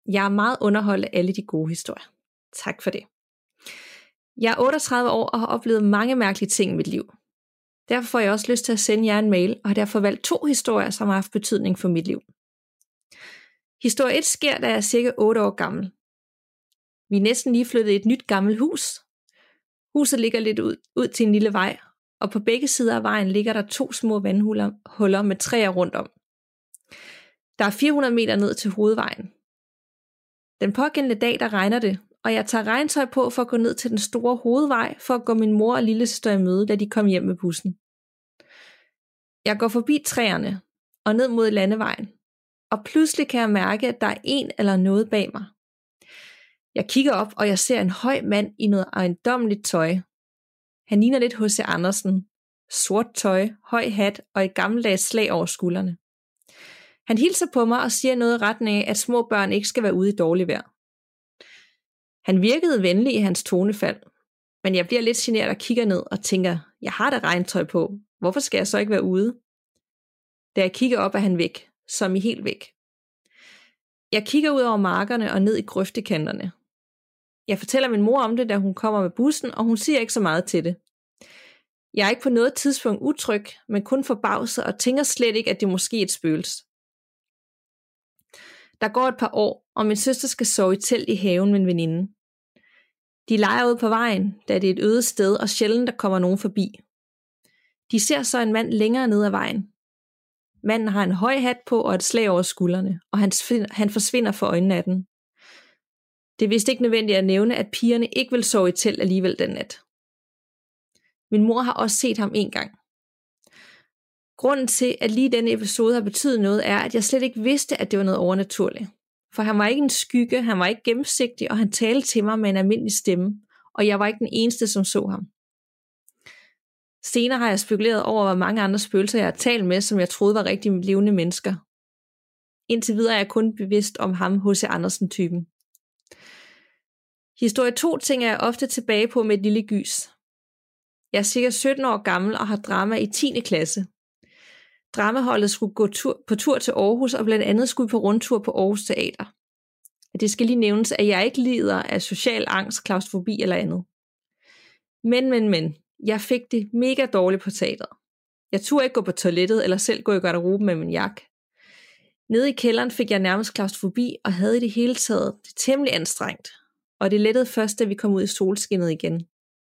Jeg er meget underholdt af alle de gode historier. Tak for det. Jeg er otteogtredive år og har oplevet mange mærkelige ting i mit liv. Derfor får jeg også lyst til at sende jer en mail, og har derfor valgt to historier, som har haft betydning for mit liv. Historie et sker, da jeg er cirka otte år gammel. Vi er næsten lige flyttet i et nyt gammelt hus. Huset ligger lidt ud, ud til en lille vej, og på begge sider af vejen ligger der to små vandhuller huller med træer rundt om. Der er fire hundrede meter ned til hovedvejen. Den pågældende dag, der regner det, og jeg tager regntøj på for at gå ned til den store hovedvej, for at gå min mor og lillesøster i møde, da de kom hjem med bussen. Jeg går forbi træerne og ned mod landevejen, og pludselig kan jeg mærke, at der er en eller noget bag mig. Jeg kigger op, og jeg ser en høj mand i noget ejendommeligt tøj. Han ligner lidt H C Andersen. Sort tøj, høj hat og et gammeldags slag over skuldrene. Han hilser på mig og siger noget i retning af, at små børn ikke skal være ude i dårligt vejr. Han virkede venlig i hans tonefald, men jeg bliver lidt generet og kigger ned og tænker, jeg har da regntøj på, hvorfor skal jeg så ikke være ude? Da jeg kigger op, er han væk, som i helt væk. Jeg kigger ud over markerne og ned i grøftekanterne. Jeg fortæller min mor om det, da hun kommer med bussen, og hun siger ikke så meget til det. Jeg er ikke på noget tidspunkt utryg, men kun forbavset og tænker slet ikke, at det måske er et spøgelse. Der går et par år, og min søster skal sove i telt i haven med en veninde. De leger ud på vejen, da det er et øde sted, og sjældent der kommer nogen forbi. De ser så en mand længere ned ad vejen. Manden har en høj hat på og et slag over skuldrene, og han, han forsvinder for øjnene af den. Det er vist ikke nødvendigt at nævne, at pigerne ikke vil sove i telt alligevel den nat. Min mor har også set ham en gang. Grunden til, at lige denne episode har betydet noget, er, at jeg slet ikke vidste, at det var noget overnaturligt. For han var ikke en skygge, han var ikke gennemsigtig, og han talte til mig med en almindelig stemme, og jeg var ikke den eneste, som så ham. Senere har jeg spekuleret over, hvor mange andre spøgelser jeg har talt med, som jeg troede var rigtig levende mennesker. Indtil videre er jeg kun bevidst om ham, H C Andersen-typen. Historie to tænker jeg ofte tilbage på med et lille gys. Jeg er cirka sytten år gammel og har drama i tiende klasse. Dramaholdet skulle gå tur, på tur til Aarhus, og blandt andet skulle på rundtur på Aarhus Teater. Det skal lige nævnes, at jeg ikke lider af social angst, klaustrofobi eller andet. Men, men, men, jeg fik det mega dårligt på teateret. Jeg turde ikke gå på toilettet eller selv gå i garderoben med min jakke. Nede i kælderen fik jeg nærmest klaustrofobi og havde i det hele taget det temmelig anstrengt. Og det lettede først, da vi kom ud i solskinnet igen.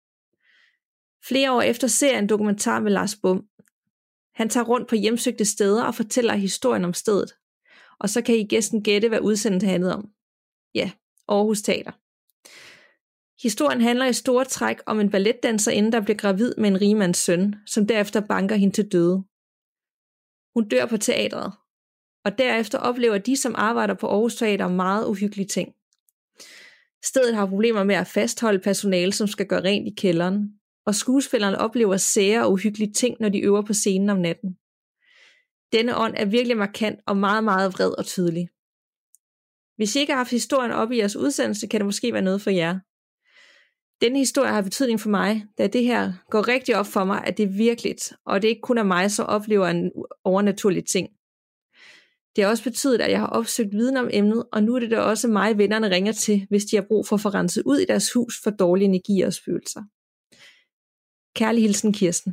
Flere år efter ser jeg en dokumentar med Lars Bum. Han tager rundt på hjemsøgte steder og fortæller historien om stedet. Og så kan I gæsten gætte, hvad udsendelsen handlede om. Ja, Aarhus Teater. Historien handler i store træk om en balletdanserinde, der bliver gravid med en rigmands søn, som derefter banker hende til døde. Hun dør på teatret, og derefter oplever de, som arbejder på Aarhus Teater, meget uhyggelige ting. Stedet har problemer med at fastholde personale, som skal gøre rent i kælderen, og skuespillerne oplever sære og uhyggelige ting, når de øver på scenen om natten. Denne ånd er virkelig markant og meget, meget vred og tydelig. Hvis I ikke har haft historien oppe i jeres udsendelse, kan det måske være noget for jer. Denne historie har betydning for mig, da det her går rigtig op for mig, at det er virkeligt, og det ikke kun er mig, som oplever en overnaturlig ting. Det har også betydet, at jeg har opsøgt viden om emnet, og nu er det da også mig, vennerne ringer til, hvis de har brug for at få renset ud i deres hus for dårlige energier og spøgelser. Kærlig hilsen, Kirsten.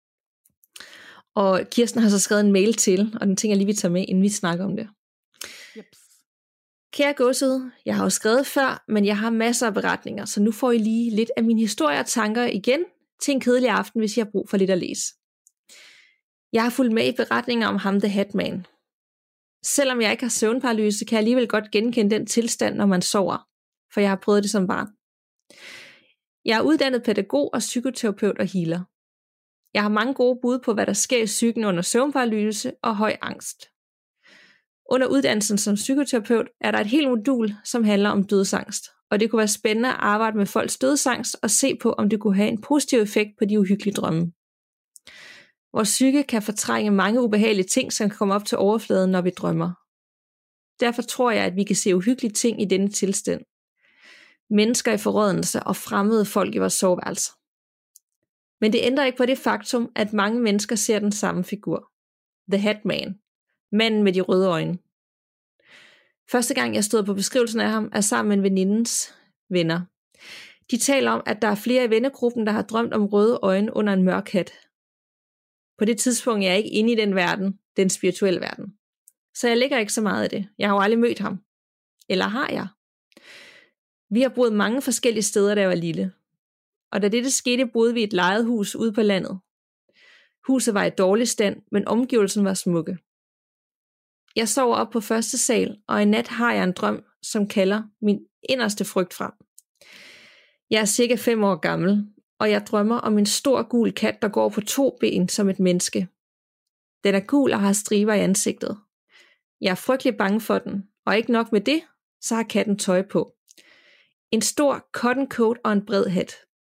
Og Kirsten har så skrevet en mail til, og den tænker jeg lige, vi tager med, inden vi snakker om det. Yep. Kære gåsede, jeg har jo skrevet før, men jeg har masser af beretninger, så nu får I lige lidt af mine historier og tanker igen til en kedelig aften, hvis I har brug for lidt at læse. Jeg har fulgt med i beretninger om ham, The Hatman. Selvom jeg ikke har søvnparalyse, kan jeg alligevel godt genkende den tilstand, når man sover, for jeg har prøvet det som barn. Jeg er uddannet pædagog og psykoterapeut og healer. Jeg har mange gode bud på, hvad der sker i psyken under søvnparalyse og høj angst. Under uddannelsen som psykoterapeut er der et helt modul, som handler om dødsangst, og det kunne være spændende at arbejde med folks dødsangst og se på, om det kunne have en positiv effekt på de uhyggelige drømme. Vores psyke kan fortrænge mange ubehagelige ting, som kan komme op til overfladen, når vi drømmer. Derfor tror jeg, at vi kan se uhyggelige ting i denne tilstand. Mennesker i forrådnelse og fremmede folk i vores soveværelser. Men det ændrer ikke på det faktum, at mange mennesker ser den samme figur. The Hatman. Manden med de røde øjne. Første gang, jeg stod på beskrivelsen af ham, er sammen med en venindens venner. De taler om, at der er flere i vennegruppen, der har drømt om røde øjne under en mørk hat. På det tidspunkt er jeg ikke inde i den verden, den spirituelle verden. Så jeg lægger ikke så meget af det. Jeg har jo aldrig mødt ham. Eller har jeg? Vi har boet mange forskellige steder, da jeg var lille. Og da dette skete, boede vi i et lejet hus ude på landet. Huset var i dårlig stand, men omgivelsen var smukke. Jeg sover op på første sal, og i nat har jeg en drøm, som kalder min inderste frygt frem. Jeg er cirka fem år gammel, og jeg drømmer om en stor gul kat, der går på to ben som et menneske. Den er gul og har striber i ansigtet. Jeg er frygtelig bange for den, og ikke nok med det, så har katten tøj på. En stor cotton coat og en bred hat.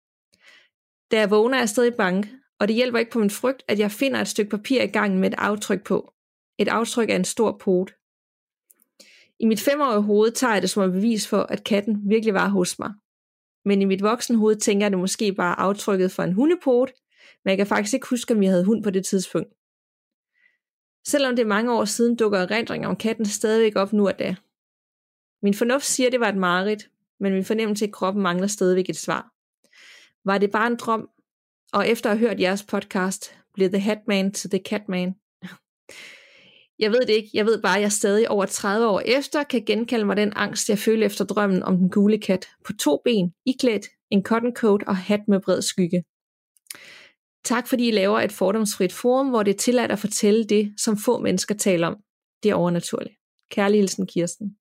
Da jeg vågner, er jeg stadig bange, og det hjælper ikke på min frygt, at jeg finder et stykke papir i gangen med et aftryk på. Et aftryk af en stor pote. I mit femårige hoved tager jeg det som et bevis for, at katten virkelig var hos mig. Men i mit voksne hoved tænker jeg, det måske bare aftrykket for en hundepote, men jeg kan faktisk ikke huske, om jeg havde hund på det tidspunkt. Selvom det er mange år siden, dukker erindringer om katten stadigvæk op nu og da. Min fornuft siger, det var et mareridt, men min fornemmelse i kroppen mangler stadigvæk et svar. Var det bare en drøm? Og efter at have hørt jeres podcast, blev The Hatman til The Catman. Jeg ved det ikke. Jeg ved bare, at jeg stadig over tredive år efter kan genkalde mig den angst, jeg følte efter drømmen om den gule kat på to ben, iklædt en cotton coat og hat med bred skygge. Tak fordi I laver et fordomsfrit forum, hvor det er tilladt at fortælle det, som få mennesker taler om. Det er overnaturligt. Kærlig hilsen, Kirsten.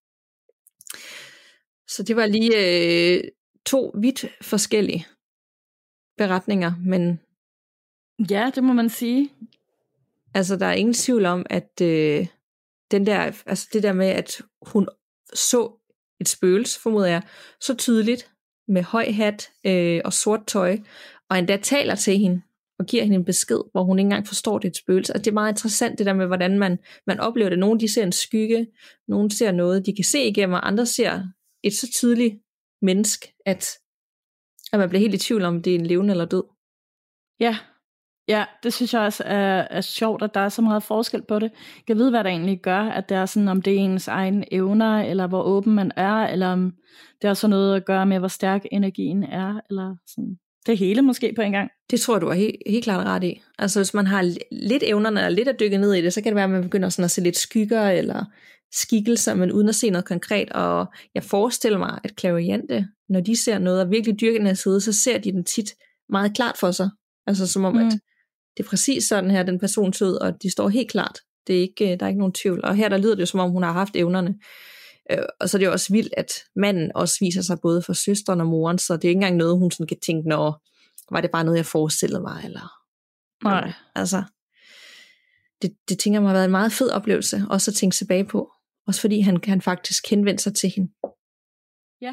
Så det var lige øh, to vidt forskellige beretninger, men ja, det må man sige. Altså, der er ingen tvivl om, at øh, den der, altså det der med, at hun så et spøgelse, formoder jeg, så tydeligt, med høj hat øh, og sort tøj, og endda taler til hende, og giver hende en besked, hvor hun ikke engang forstår, det er et spøgelse. Altså, det er meget interessant, det der med, hvordan man, man oplever det. Nogle, de ser en skygge, nogle ser noget, de kan se igennem, og andre ser et så tydeligt menneske, at, at man bliver helt i tvivl om, det er en levende eller død. Ja, Ja, det synes jeg også er, er sjovt, at der er så meget forskel på det. Jeg kan vide, hvad der egentlig gør, at det er sådan, om det er ens egne evner, eller hvor åben man er, eller om det har sådan noget at gøre med, hvor stærk energien er, eller sådan. Det hele måske på en gang. Det tror jeg, du er helt, helt klart ret i. Altså hvis man har lidt evnerne, eller lidt at dykke ned i det, så kan det være, at man begynder sådan at se lidt skygger, eller skikkelser, men uden at se noget konkret. Og jeg forestiller mig, at clairvoyante, når de ser noget, og virkelig dyrker den her side, så ser de den tit meget klart for sig. Altså som om, mm. at det er præcis sådan her, den person ser ud, og de står helt klart. Det er ikke, der er ikke nogen tvivl. Og her der lyder det jo, som om hun har haft evnerne. Øh, og så er det jo også vildt, at manden også viser sig både for søsteren og moren, så det er ikke engang noget, hun sådan kan tænke, når var det bare noget, jeg forestillede mig, eller... Nej. Altså, det, det tænker jeg mig har været en meget fed oplevelse, også at tænke tilbage på. Også fordi han kan faktisk henvende sig til hende. Ja.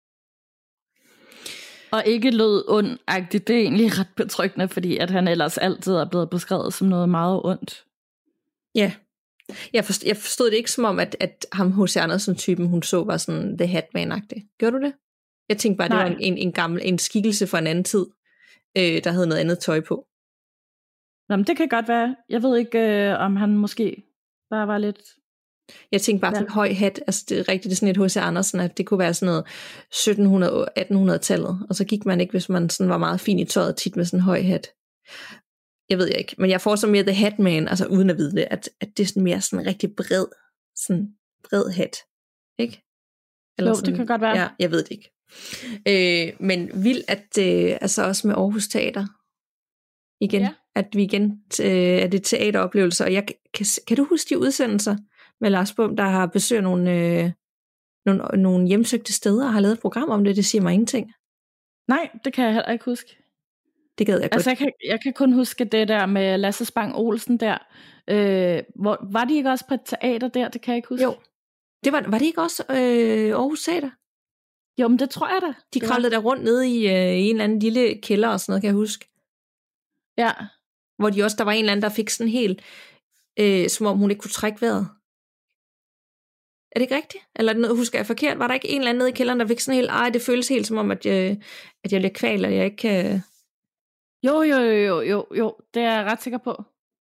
Og ikke lød ondagtigt, det er egentlig ret betryggende, fordi at han ellers altid er blevet beskrevet som noget meget ondt. Ja, jeg forstod, jeg forstod det ikke som om, at, at ham H C Andersen-typen, hun så, var sådan The Hatman-agtig. Gjorde du det? Jeg tænkte bare, Nej. det var en, en, gammel, en skikkelse fra en anden tid, øh, der havde noget andet tøj på. Nå, men det kan godt være. Jeg ved ikke, øh, om han måske bare var lidt... Jeg tænkte bare, ja. sådan en høj hat, altså det er rigtigt, det er sådan et H C Andersen, at det kunne være sådan noget syttenhundrede- attenhundrede-tallet, og så gik man ikke, hvis man sådan var meget fin i tøjet, tit med sådan en høj hat. Jeg ved ikke, men jeg får så mere The Hatman, altså uden at vide det, at, at det er sådan mere sådan en rigtig bred, sådan bred hat, ikke? Eller jo, sådan, det kan godt være. Ja, jeg ved det ikke. Øh, men vildt, at øh, altså også med Aarhus Teater, igen, ja. at vi igen, øh, er det teateroplevelser, og jeg, kan, kan du huske de udsendelser, med Lars Bum, der har besøgt nogle, øh, nogle, nogle hjemsøgte steder og har lavet et program om det, det siger mig ingenting. Nej, det kan jeg heller ikke huske. Det gad jeg godt. Altså, jeg kan, jeg kan kun huske det der med Lasse Spang Olsen der. Øh, hvor, var de ikke også på et teater der? Det kan jeg ikke huske. Jo. Det var, var det ikke også øh, Aarhus Teater? Jo, men det tror jeg da. De kravlede der rundt nede i, øh, i en eller anden lille kælder og sådan noget, kan jeg huske. Ja. Hvor de også, der var en eller anden, der fik sådan helt, øh, som om hun ikke kunne trække vejret. Er det ikke rigtigt? Eller noget, husker jeg forkert? Var der ikke en eller anden nede i kælderen, der fik sådan helt, ej, det føles helt som om, at jeg, at jeg bliver kval, og jeg ikke kan... Jo, jo, jo, jo, jo, det er jeg ret sikker på.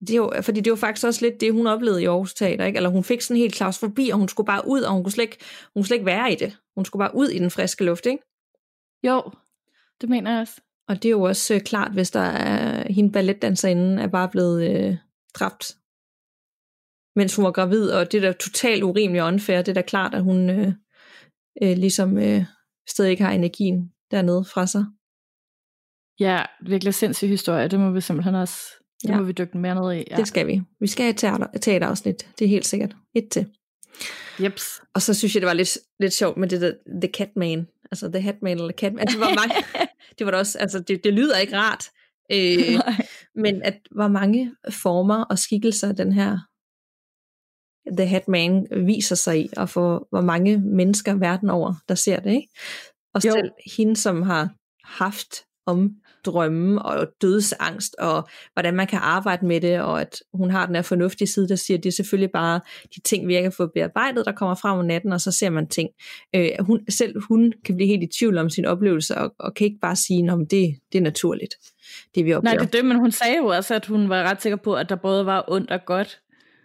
det er jo, fordi det var faktisk også lidt det, hun oplevede i Aarhus Teater, ikke? Eller hun fik sådan helt klaustrofobi, og hun skulle bare ud, og hun kunne, slet ikke, hun kunne slet ikke være i det. Hun skulle bare ud i den friske luft, ikke? Jo, det mener jeg også. Og det er jo også øh, klart, hvis der er hende balletdanserinde er bare blevet øh, dræbt, mens hun var gravid, og det der totalt urimeligt og unfair, det er da klart, at hun øh, øh, ligesom øh, stadig ikke har energien dernede fra sig. Ja, virkelig sindssyg historie, det må vi simpelthen også, det ja. må vi dykke mere ned i. Ja. Det skal vi. Vi skal have teater, teaterafsnit, det er helt sikkert. Et til. Jeps. Og så synes jeg, det var lidt, lidt sjovt med det der The Catman, altså The Hatman eller Catman, altså hvor mange, det var da også, altså det, det lyder ikke rart, øh, men at hvor mange former og skikkelser den her The Hatman viser sig i, og for hvor mange mennesker verden over, der ser det, ikke? Og selv hende, som har haft om drømme og dødsangst, og hvordan man kan arbejde med det, og at hun har den her fornuftige side, der siger, at det er selvfølgelig bare de ting, vi ikke kan få bearbejdet, der kommer frem om natten, og så ser man ting. Øh, hun, selv hun kan blive helt i tvivl om sin oplevelse, og, og kan ikke bare sige, at det, det er naturligt, det vi oplever. Nej, det er det, men hun sagde jo også, at hun var ret sikker på, at der både var ondt og godt.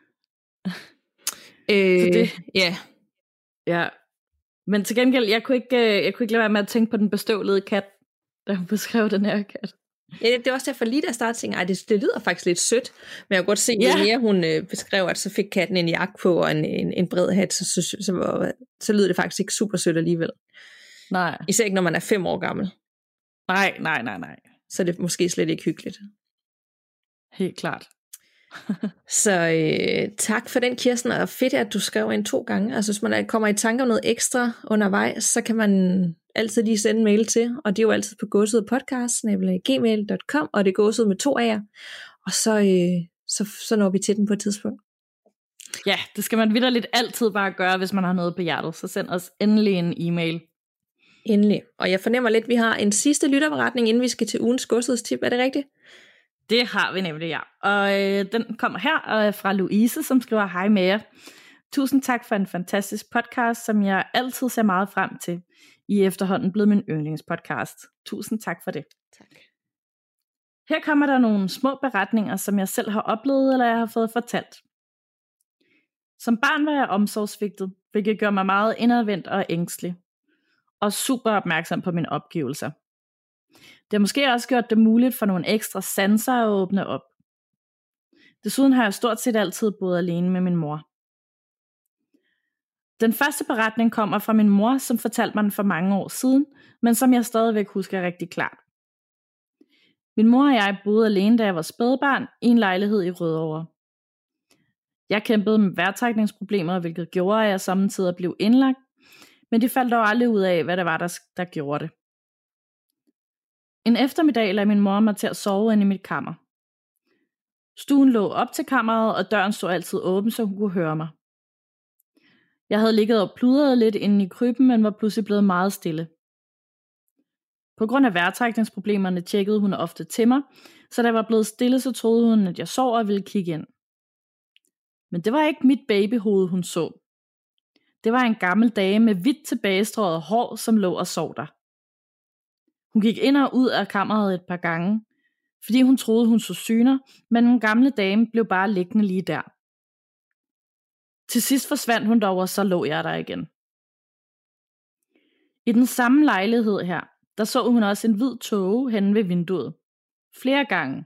Øh, så det, ja. Ja. Men til gengæld, jeg kunne, ikke, jeg kunne ikke lade være med at tænke på den bestøvlede kat, da hun beskrev den her kat. Ja, det var også derfor lige der startede tænkte, ej, det, det lyder faktisk lidt sødt, men jeg kunne godt se, ja. jo mere hun øh, beskrev, at så fik katten en jakke på og en, en, en bred hat, så, så, så, så, så lyder det faktisk ikke super sødt alligevel. Nej. Især ikke, når man er fem år gammel. Nej, nej, nej, nej. Så er det måske slet ikke hyggeligt. Helt klart. Så øh, tak for den, Kirsten, og fedt, at du skrev ind to gange. Altså hvis man kommer i tanke om noget ekstra undervejs, så kan man altid lige sende en mail til, og det er jo altid på gåsødepodcast snabel-a gmail punktum com, og det er gåsød med to A'er, og så, øh, så, så når vi til den på et tidspunkt. Ja, det skal man vitterligt altid bare gøre, hvis man har noget på hjertet, så send os endelig en e-mail. Endelig. Og jeg fornemmer lidt, at vi har en sidste lytterberetning, inden vi skal til ugens gåsødstip. Er det rigtigt? Det har vi nemlig, ja. Og øh, den kommer her og fra Louise, som skriver, hej med jer. Tusind tak for en fantastisk podcast, som jeg altid ser meget frem til. I er efterhånden blevet min yndlingspodcast. Tusind tak for det. Tak. Her kommer der nogle små beretninger, som jeg selv har oplevet, eller jeg har fået fortalt. Som barn var jeg omsorgsvigtet, hvilket gør mig meget indadvendt og ængstelig. Og super opmærksom på mine opgivelser. Det har måske også gjort det muligt for nogle ekstra sanser at åbne op. Desuden har jeg stort set altid boet alene med min mor. Den første beretning kommer fra min mor, som fortalte mig den for mange år siden, men som jeg stadigvæk husker rigtig klart. Min mor og jeg boede alene, da jeg var spædbarn, i en lejlighed i Rødovre. Jeg kæmpede med vejrtrækningsproblemer, hvilket gjorde, at jeg samtidig blev indlagt, men de faldt dog aldrig ud af, hvad det var, der, der gjorde det. En eftermiddag lagde min mor mig til at sove inde i mit kammer. Stuen lå op til kammeret, og døren stod altid åben, så hun kunne høre mig. Jeg havde ligget og pludret lidt inde i krybben, men var pludselig blevet meget stille. På grund af vejrtrækningsproblemerne tjekkede hun ofte til mig, så da jeg var blevet stille, så troede hun, at jeg sov og ville kigge ind. Men det var ikke mit babyhoved, hun så. Det var en gammel dame med hvidt tilbagestrøget hår, som lå og sov der. Hun gik ind og ud af kammeret et par gange, fordi hun troede, hun så syner, men den gamle dame blev bare liggende lige der. Til sidst forsvandt hun dog, og så lå jeg der igen. I den samme lejlighed her, der så hun også en hvid tåge henne ved vinduet. Flere gange.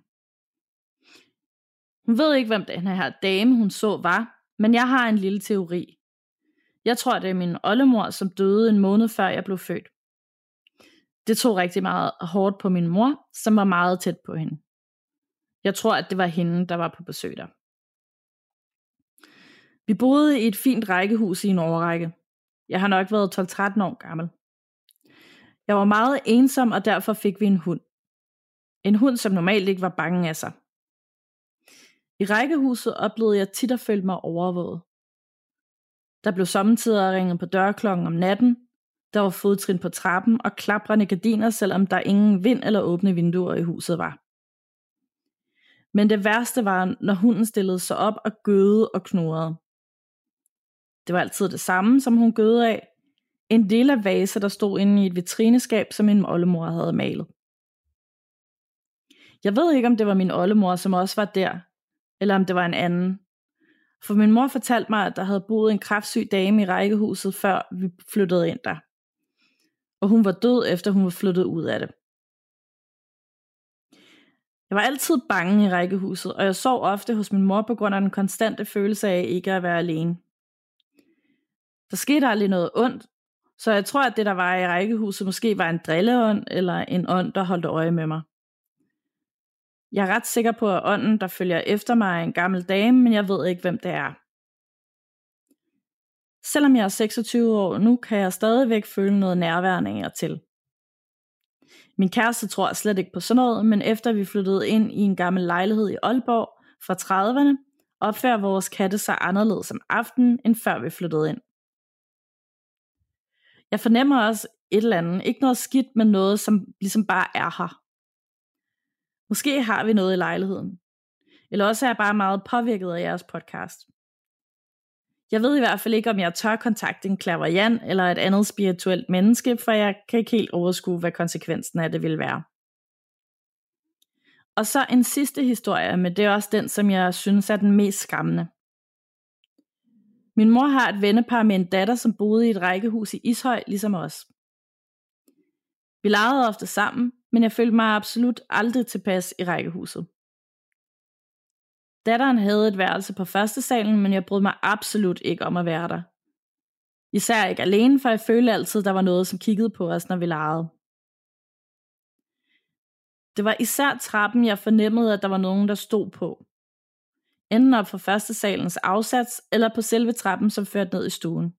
Hun ved ikke, hvem den her dame, hun så, var, men jeg har en lille teori. Jeg tror, det er min oldemor, som døde en måned før jeg blev født. Det tog rigtig meget hårdt på min mor, som var meget tæt på hende. Jeg tror, at det var hende, der var på besøg der. Vi boede i et fint rækkehus i en årrække. Jeg har nok været tolv tretten år gammel. Jeg var meget ensom, og derfor fik vi en hund. En hund, som normalt ikke var bange af sig. I rækkehuset oplevede jeg tit at føle mig overvåget. Der blev sommetider ringet på dørklokken om natten. Der var fodtrin på trappen og klaprende gardiner, selvom der ingen vind eller åbne vinduer i huset var. Men det værste var, når hunden stillede sig op og gøede og knurrede. Det var altid det samme, som hun gøede af. En lille vase, der stod inde i et vitrineskab, som min oldemor havde malet. Jeg ved ikke, om det var min oldemor, som også var der, eller om det var en anden. For min mor fortalte mig, at der havde boet en kræftsyg dame i rækkehuset, før vi flyttede ind der. Og hun var død, efter hun var flyttet ud af det. Jeg var altid bange i rækkehuset, og jeg sov ofte hos min mor på grund af den konstante følelse af ikke at være alene. Der skete aldrig noget ondt, så jeg tror, at det, der var i rækkehuset, måske var en drilleånd, eller en ånd, der holdt øje med mig. Jeg er ret sikker på, at ånden, der følger efter mig, er en gammel dame, men jeg ved ikke, hvem det er. Selvom jeg er seksogtyve år nu, kan jeg stadigvæk føle noget nærværende til. Min kæreste tror slet ikke på sådan noget, men efter vi flyttede ind i en gammel lejlighed i Aalborg fra trediverne, opfører vores katte sig anderledes om aftenen, end før vi flyttede ind. Jeg fornemmer også et eller andet, ikke noget skidt, men noget, som ligesom bare er her. Måske har vi noget i lejligheden. Eller også er jeg bare meget påvirket af jeres podcast. Jeg ved i hvert fald ikke, om jeg tør kontakte en clairvoyant eller et andet spirituelt menneske, for jeg kan ikke helt overskue, hvad konsekvensen af det vil være. Og så en sidste historie, men det er også den, som jeg synes er den mest skræmmende. Min mor har et vennepar med en datter, som boede i et rækkehus i Ishøj, ligesom os. Vi legede ofte sammen, men jeg følte mig absolut aldrig tilpas i rækkehuset. Datteren havde et værelse på første salen, men jeg brød mig absolut ikke om at være der. Især ikke alene, for jeg følte altid, der var noget, som kiggede på os, når vi legede. Det var især trappen, jeg fornemmede, at der var nogen, der stod på. Enten op fra første salens afsats, eller på selve trappen, som førte ned i stuen.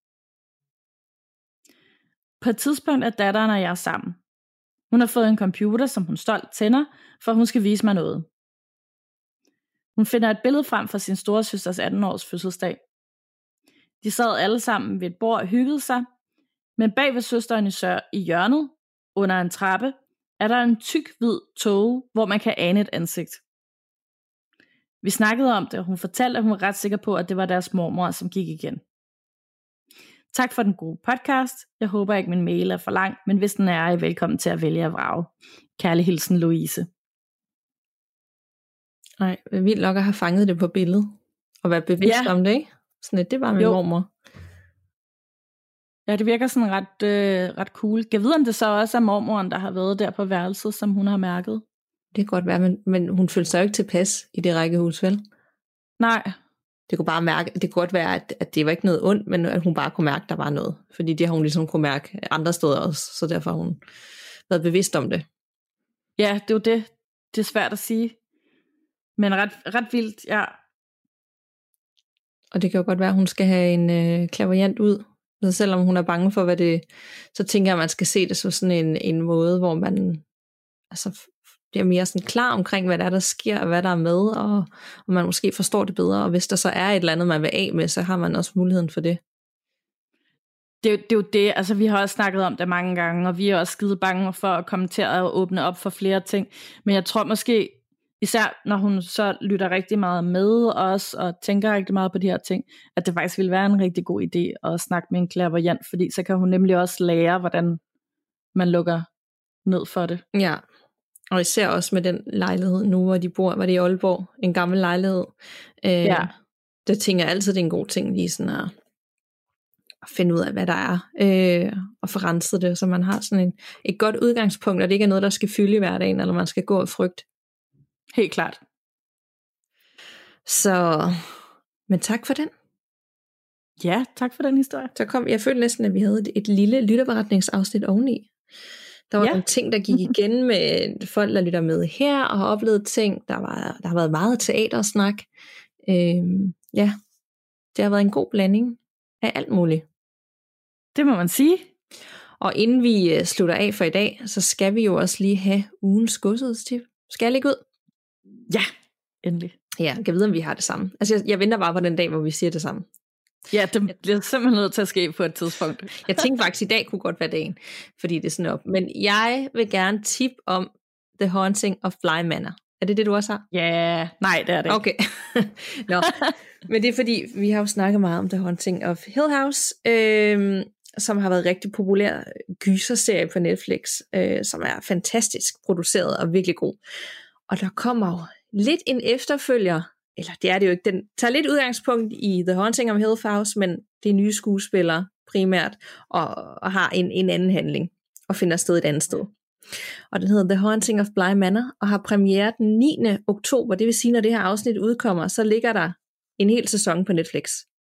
På et tidspunkt er datteren og jeg sammen. Hun har fået en computer, som hun stolt tænder, for hun skal vise mig noget. Hun finder et billede frem fra sin storesøsters atten-års fødselsdag. De sad alle sammen ved et bord og hyggede sig, men bag ved søsteren i, sør- i hjørnet, under en trappe, er der en tyk hvid tåge, hvor man kan ane et ansigt. Vi snakkede om det, og hun fortalte, at hun var ret sikker på, at det var deres mormor, som gik igen. Tak for den gode podcast. Jeg håber ikke, min mail er for lang, men hvis den er, er I velkommen til at vælge at vrage. Kærlig hilsen, Louise. Nej, vildt nok at have fanget det på billedet, og være bevidst ja. om det, ikke? Sådan at det var min jo. mormor. Ja, det virker sådan ret, øh, ret cool. Jeg ved, om det så også er mormoren, der har været der på værelset, som hun har mærket. Det kan godt være, men, men hun følte sig jo ikke tilpas i det rækkehus, vel? Nej. Det kunne bare mærke, det kunne godt være, at, at det var ikke noget ondt, men at hun bare kunne mærke, at der var noget. Fordi det har hun ligesom kunne mærke andre steder også, så derfor har hun været bevidst om det. Ja, det er jo det. Det er svært at sige. Men ret, ret vildt, ja. Og det kan jo godt være, at hun skal have en øh, clairvoyant ud. Så selvom hun er bange for, hvad det... Så tænker jeg, at man skal se det som sådan en, en måde, hvor man... Altså, bliver mere sådan klar omkring, hvad der er, der sker, og hvad der er med, og, og man måske forstår det bedre. Og hvis der så er et eller andet, man vil af med, så har man også muligheden for det. Det, det er jo det, altså vi har også snakket om det mange gange, og vi er også skide bange for at komme til at åbne op for flere ting. Men jeg tror måske, især når hun så lytter rigtig meget med os, og tænker rigtig meget på de her ting, at det faktisk ville være en rigtig god idé at snakke med en clairvoyant, fordi så kan hun nemlig også lære, hvordan man lukker ned for det. Ja, og især også med den lejlighed nu, hvor de bor, var det i Aalborg, en gammel lejlighed. Øh, ja. Det tænker jeg altid, det er en god ting, lige sådan at, at finde ud af, hvad der er, øh, og få renset det, så man har sådan en, et godt udgangspunkt, og det ikke er noget, der skal fylde i hverdagen, eller man skal gå og frygte. Helt klart. Så, men tak for den. Ja, tak for den historie. Så kom, jeg følte næsten, at vi havde et, et lille lytterberetningsafsnit oveni. Der var ja. nogle ting, der gik igen med folk, der lytter med her, og har oplevet ting. Der, var, der har været meget teatersnak. Øhm, ja, det har været en god blanding af alt muligt. Det må man sige. Og inden vi uh, slutter af for i dag, så skal vi jo også lige have ugens godshedstip. Skal jeg lægge ud? Ja, endelig. Ja, jeg kan vide, om vi har det samme. Altså, jeg, jeg venter bare på den dag, hvor vi siger det samme. Ja, det bliver simpelthen nødt til at ske på et tidspunkt. Jeg tænkte faktisk, i dag kunne godt være dagen, fordi det er sådan op. Men jeg vil gerne tip om The Haunting of Bly Manor. Er det det, du også har? Ja, yeah. Nej, det er det ikke. Okay. Nå. Men det er fordi, vi har jo snakket meget om The Haunting of Hill House, øh, som har været rigtig populær gyserserie på Netflix, øh, som er fantastisk produceret og virkelig god. Og der kommer jo lidt en efterfølger eller det er det jo ikke, den tager lidt udgangspunkt i The Haunting of Hill House, men det er nye skuespillere primært, og, og har en, en anden handling, og finder sted et andet sted. Og den hedder The Haunting of Bly Manor, og har premiere den niende oktober, det vil sige, når det her afsnit udkommer, så ligger der en hel sæson på Netflix.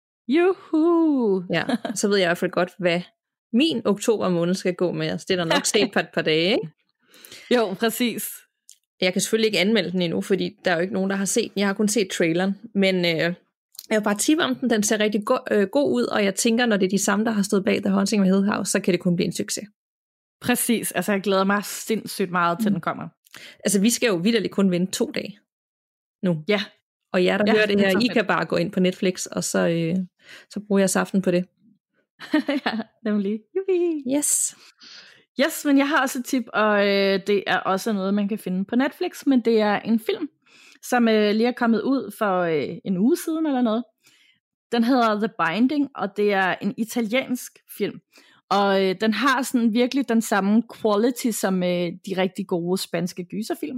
Juhu! Ja, så ved jeg i hvert fald godt, hvad min oktober måned skal gå med, så det er der nok set på et par dage, ikke? Jo, præcis. Jeg kan selvfølgelig ikke anmelde den endnu, fordi der er jo ikke nogen, der har set den. Jeg har kun set traileren, men øh, jeg vil bare tippe om den. Den ser rigtig go- øh, god ud, og jeg tænker, når det er de samme, der har stået bag The Haunting of Hill House, så kan det kun blive en succes. Præcis. Altså, jeg glæder mig sindssygt meget til, mm. den kommer. Altså, vi skal jo vitterligt kun vente to dage nu. Ja. Og jer, der ja, hører det her, I kan bare gå ind på Netflix, og så, øh, så bruger jeg aften på det. Ja, nemlig. Jubi. Yes. Yes, men jeg har også et tip, og øh, det er også noget, man kan finde på Netflix, men det er en film, som øh, lige er kommet ud for øh, en uge siden eller noget. Den hedder The Binding, og det er en italiensk film. Og øh, den har sådan virkelig den samme quality som øh, de rigtig gode spanske gyserfilm.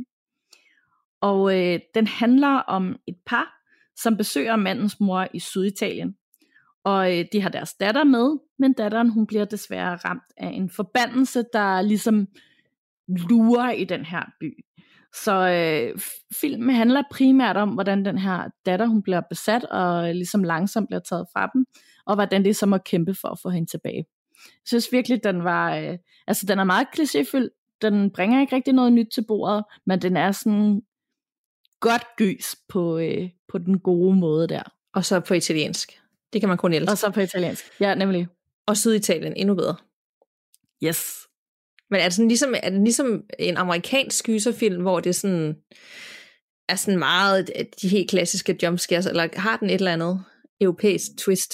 Og øh, den handler om et par, som besøger mandens mor i Syditalien. Og øh, de har deres datter med, men datteren hun bliver desværre ramt af en forbandelse, der ligesom lurer i den her by. Så øh, filmen handler primært om, hvordan den her datter hun bliver besat, og ligesom langsomt bliver taget fra dem, og hvordan det er som at kæmpe for at få hende tilbage. Jeg synes virkelig, den var, øh, altså den er meget klichéfyldt, den bringer ikke rigtig noget nyt til bordet, men den er sådan godt gys på, øh, på den gode måde der. Og så på italiensk. Det kan man kun elske. Og så på italiensk. Ja, nemlig. Og Syditalien, endnu bedre. Yes. Men er det, sådan ligesom, er det ligesom en amerikansk gyserfilm, hvor det sådan, er sådan meget de helt klassiske jumpscares, eller har den et eller andet europæisk twist?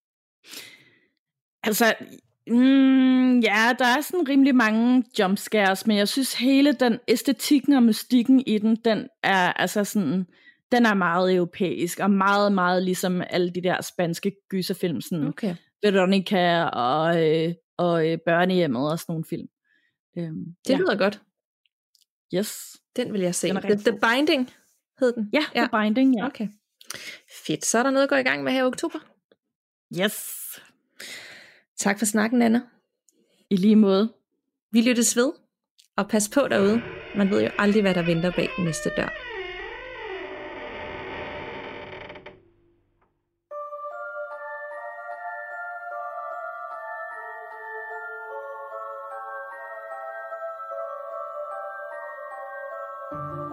Altså, mm, ja, der er sådan rimelig mange jumpscares, men jeg synes hele den æstetikken og mystikken i den, den er altså sådan, den er meget europæisk, og meget, meget ligesom alle de der spanske gyserfilm, sådan okay. Veronica og, øh, og øh, Børnehjemmet og sådan nogle film. Øhm, det ja. lyder godt. Yes. Den vil jeg se. The, The Binding hed den? Ja, ja, The Binding, ja. Okay. Fedt. Så er der noget at gå i gang med her i oktober. Yes. Tak for snakken, Anna. I lige måde. Vi lyttes ved, og pas på derude. Man ved jo aldrig, hvad der venter bag den næste dør. Thank you.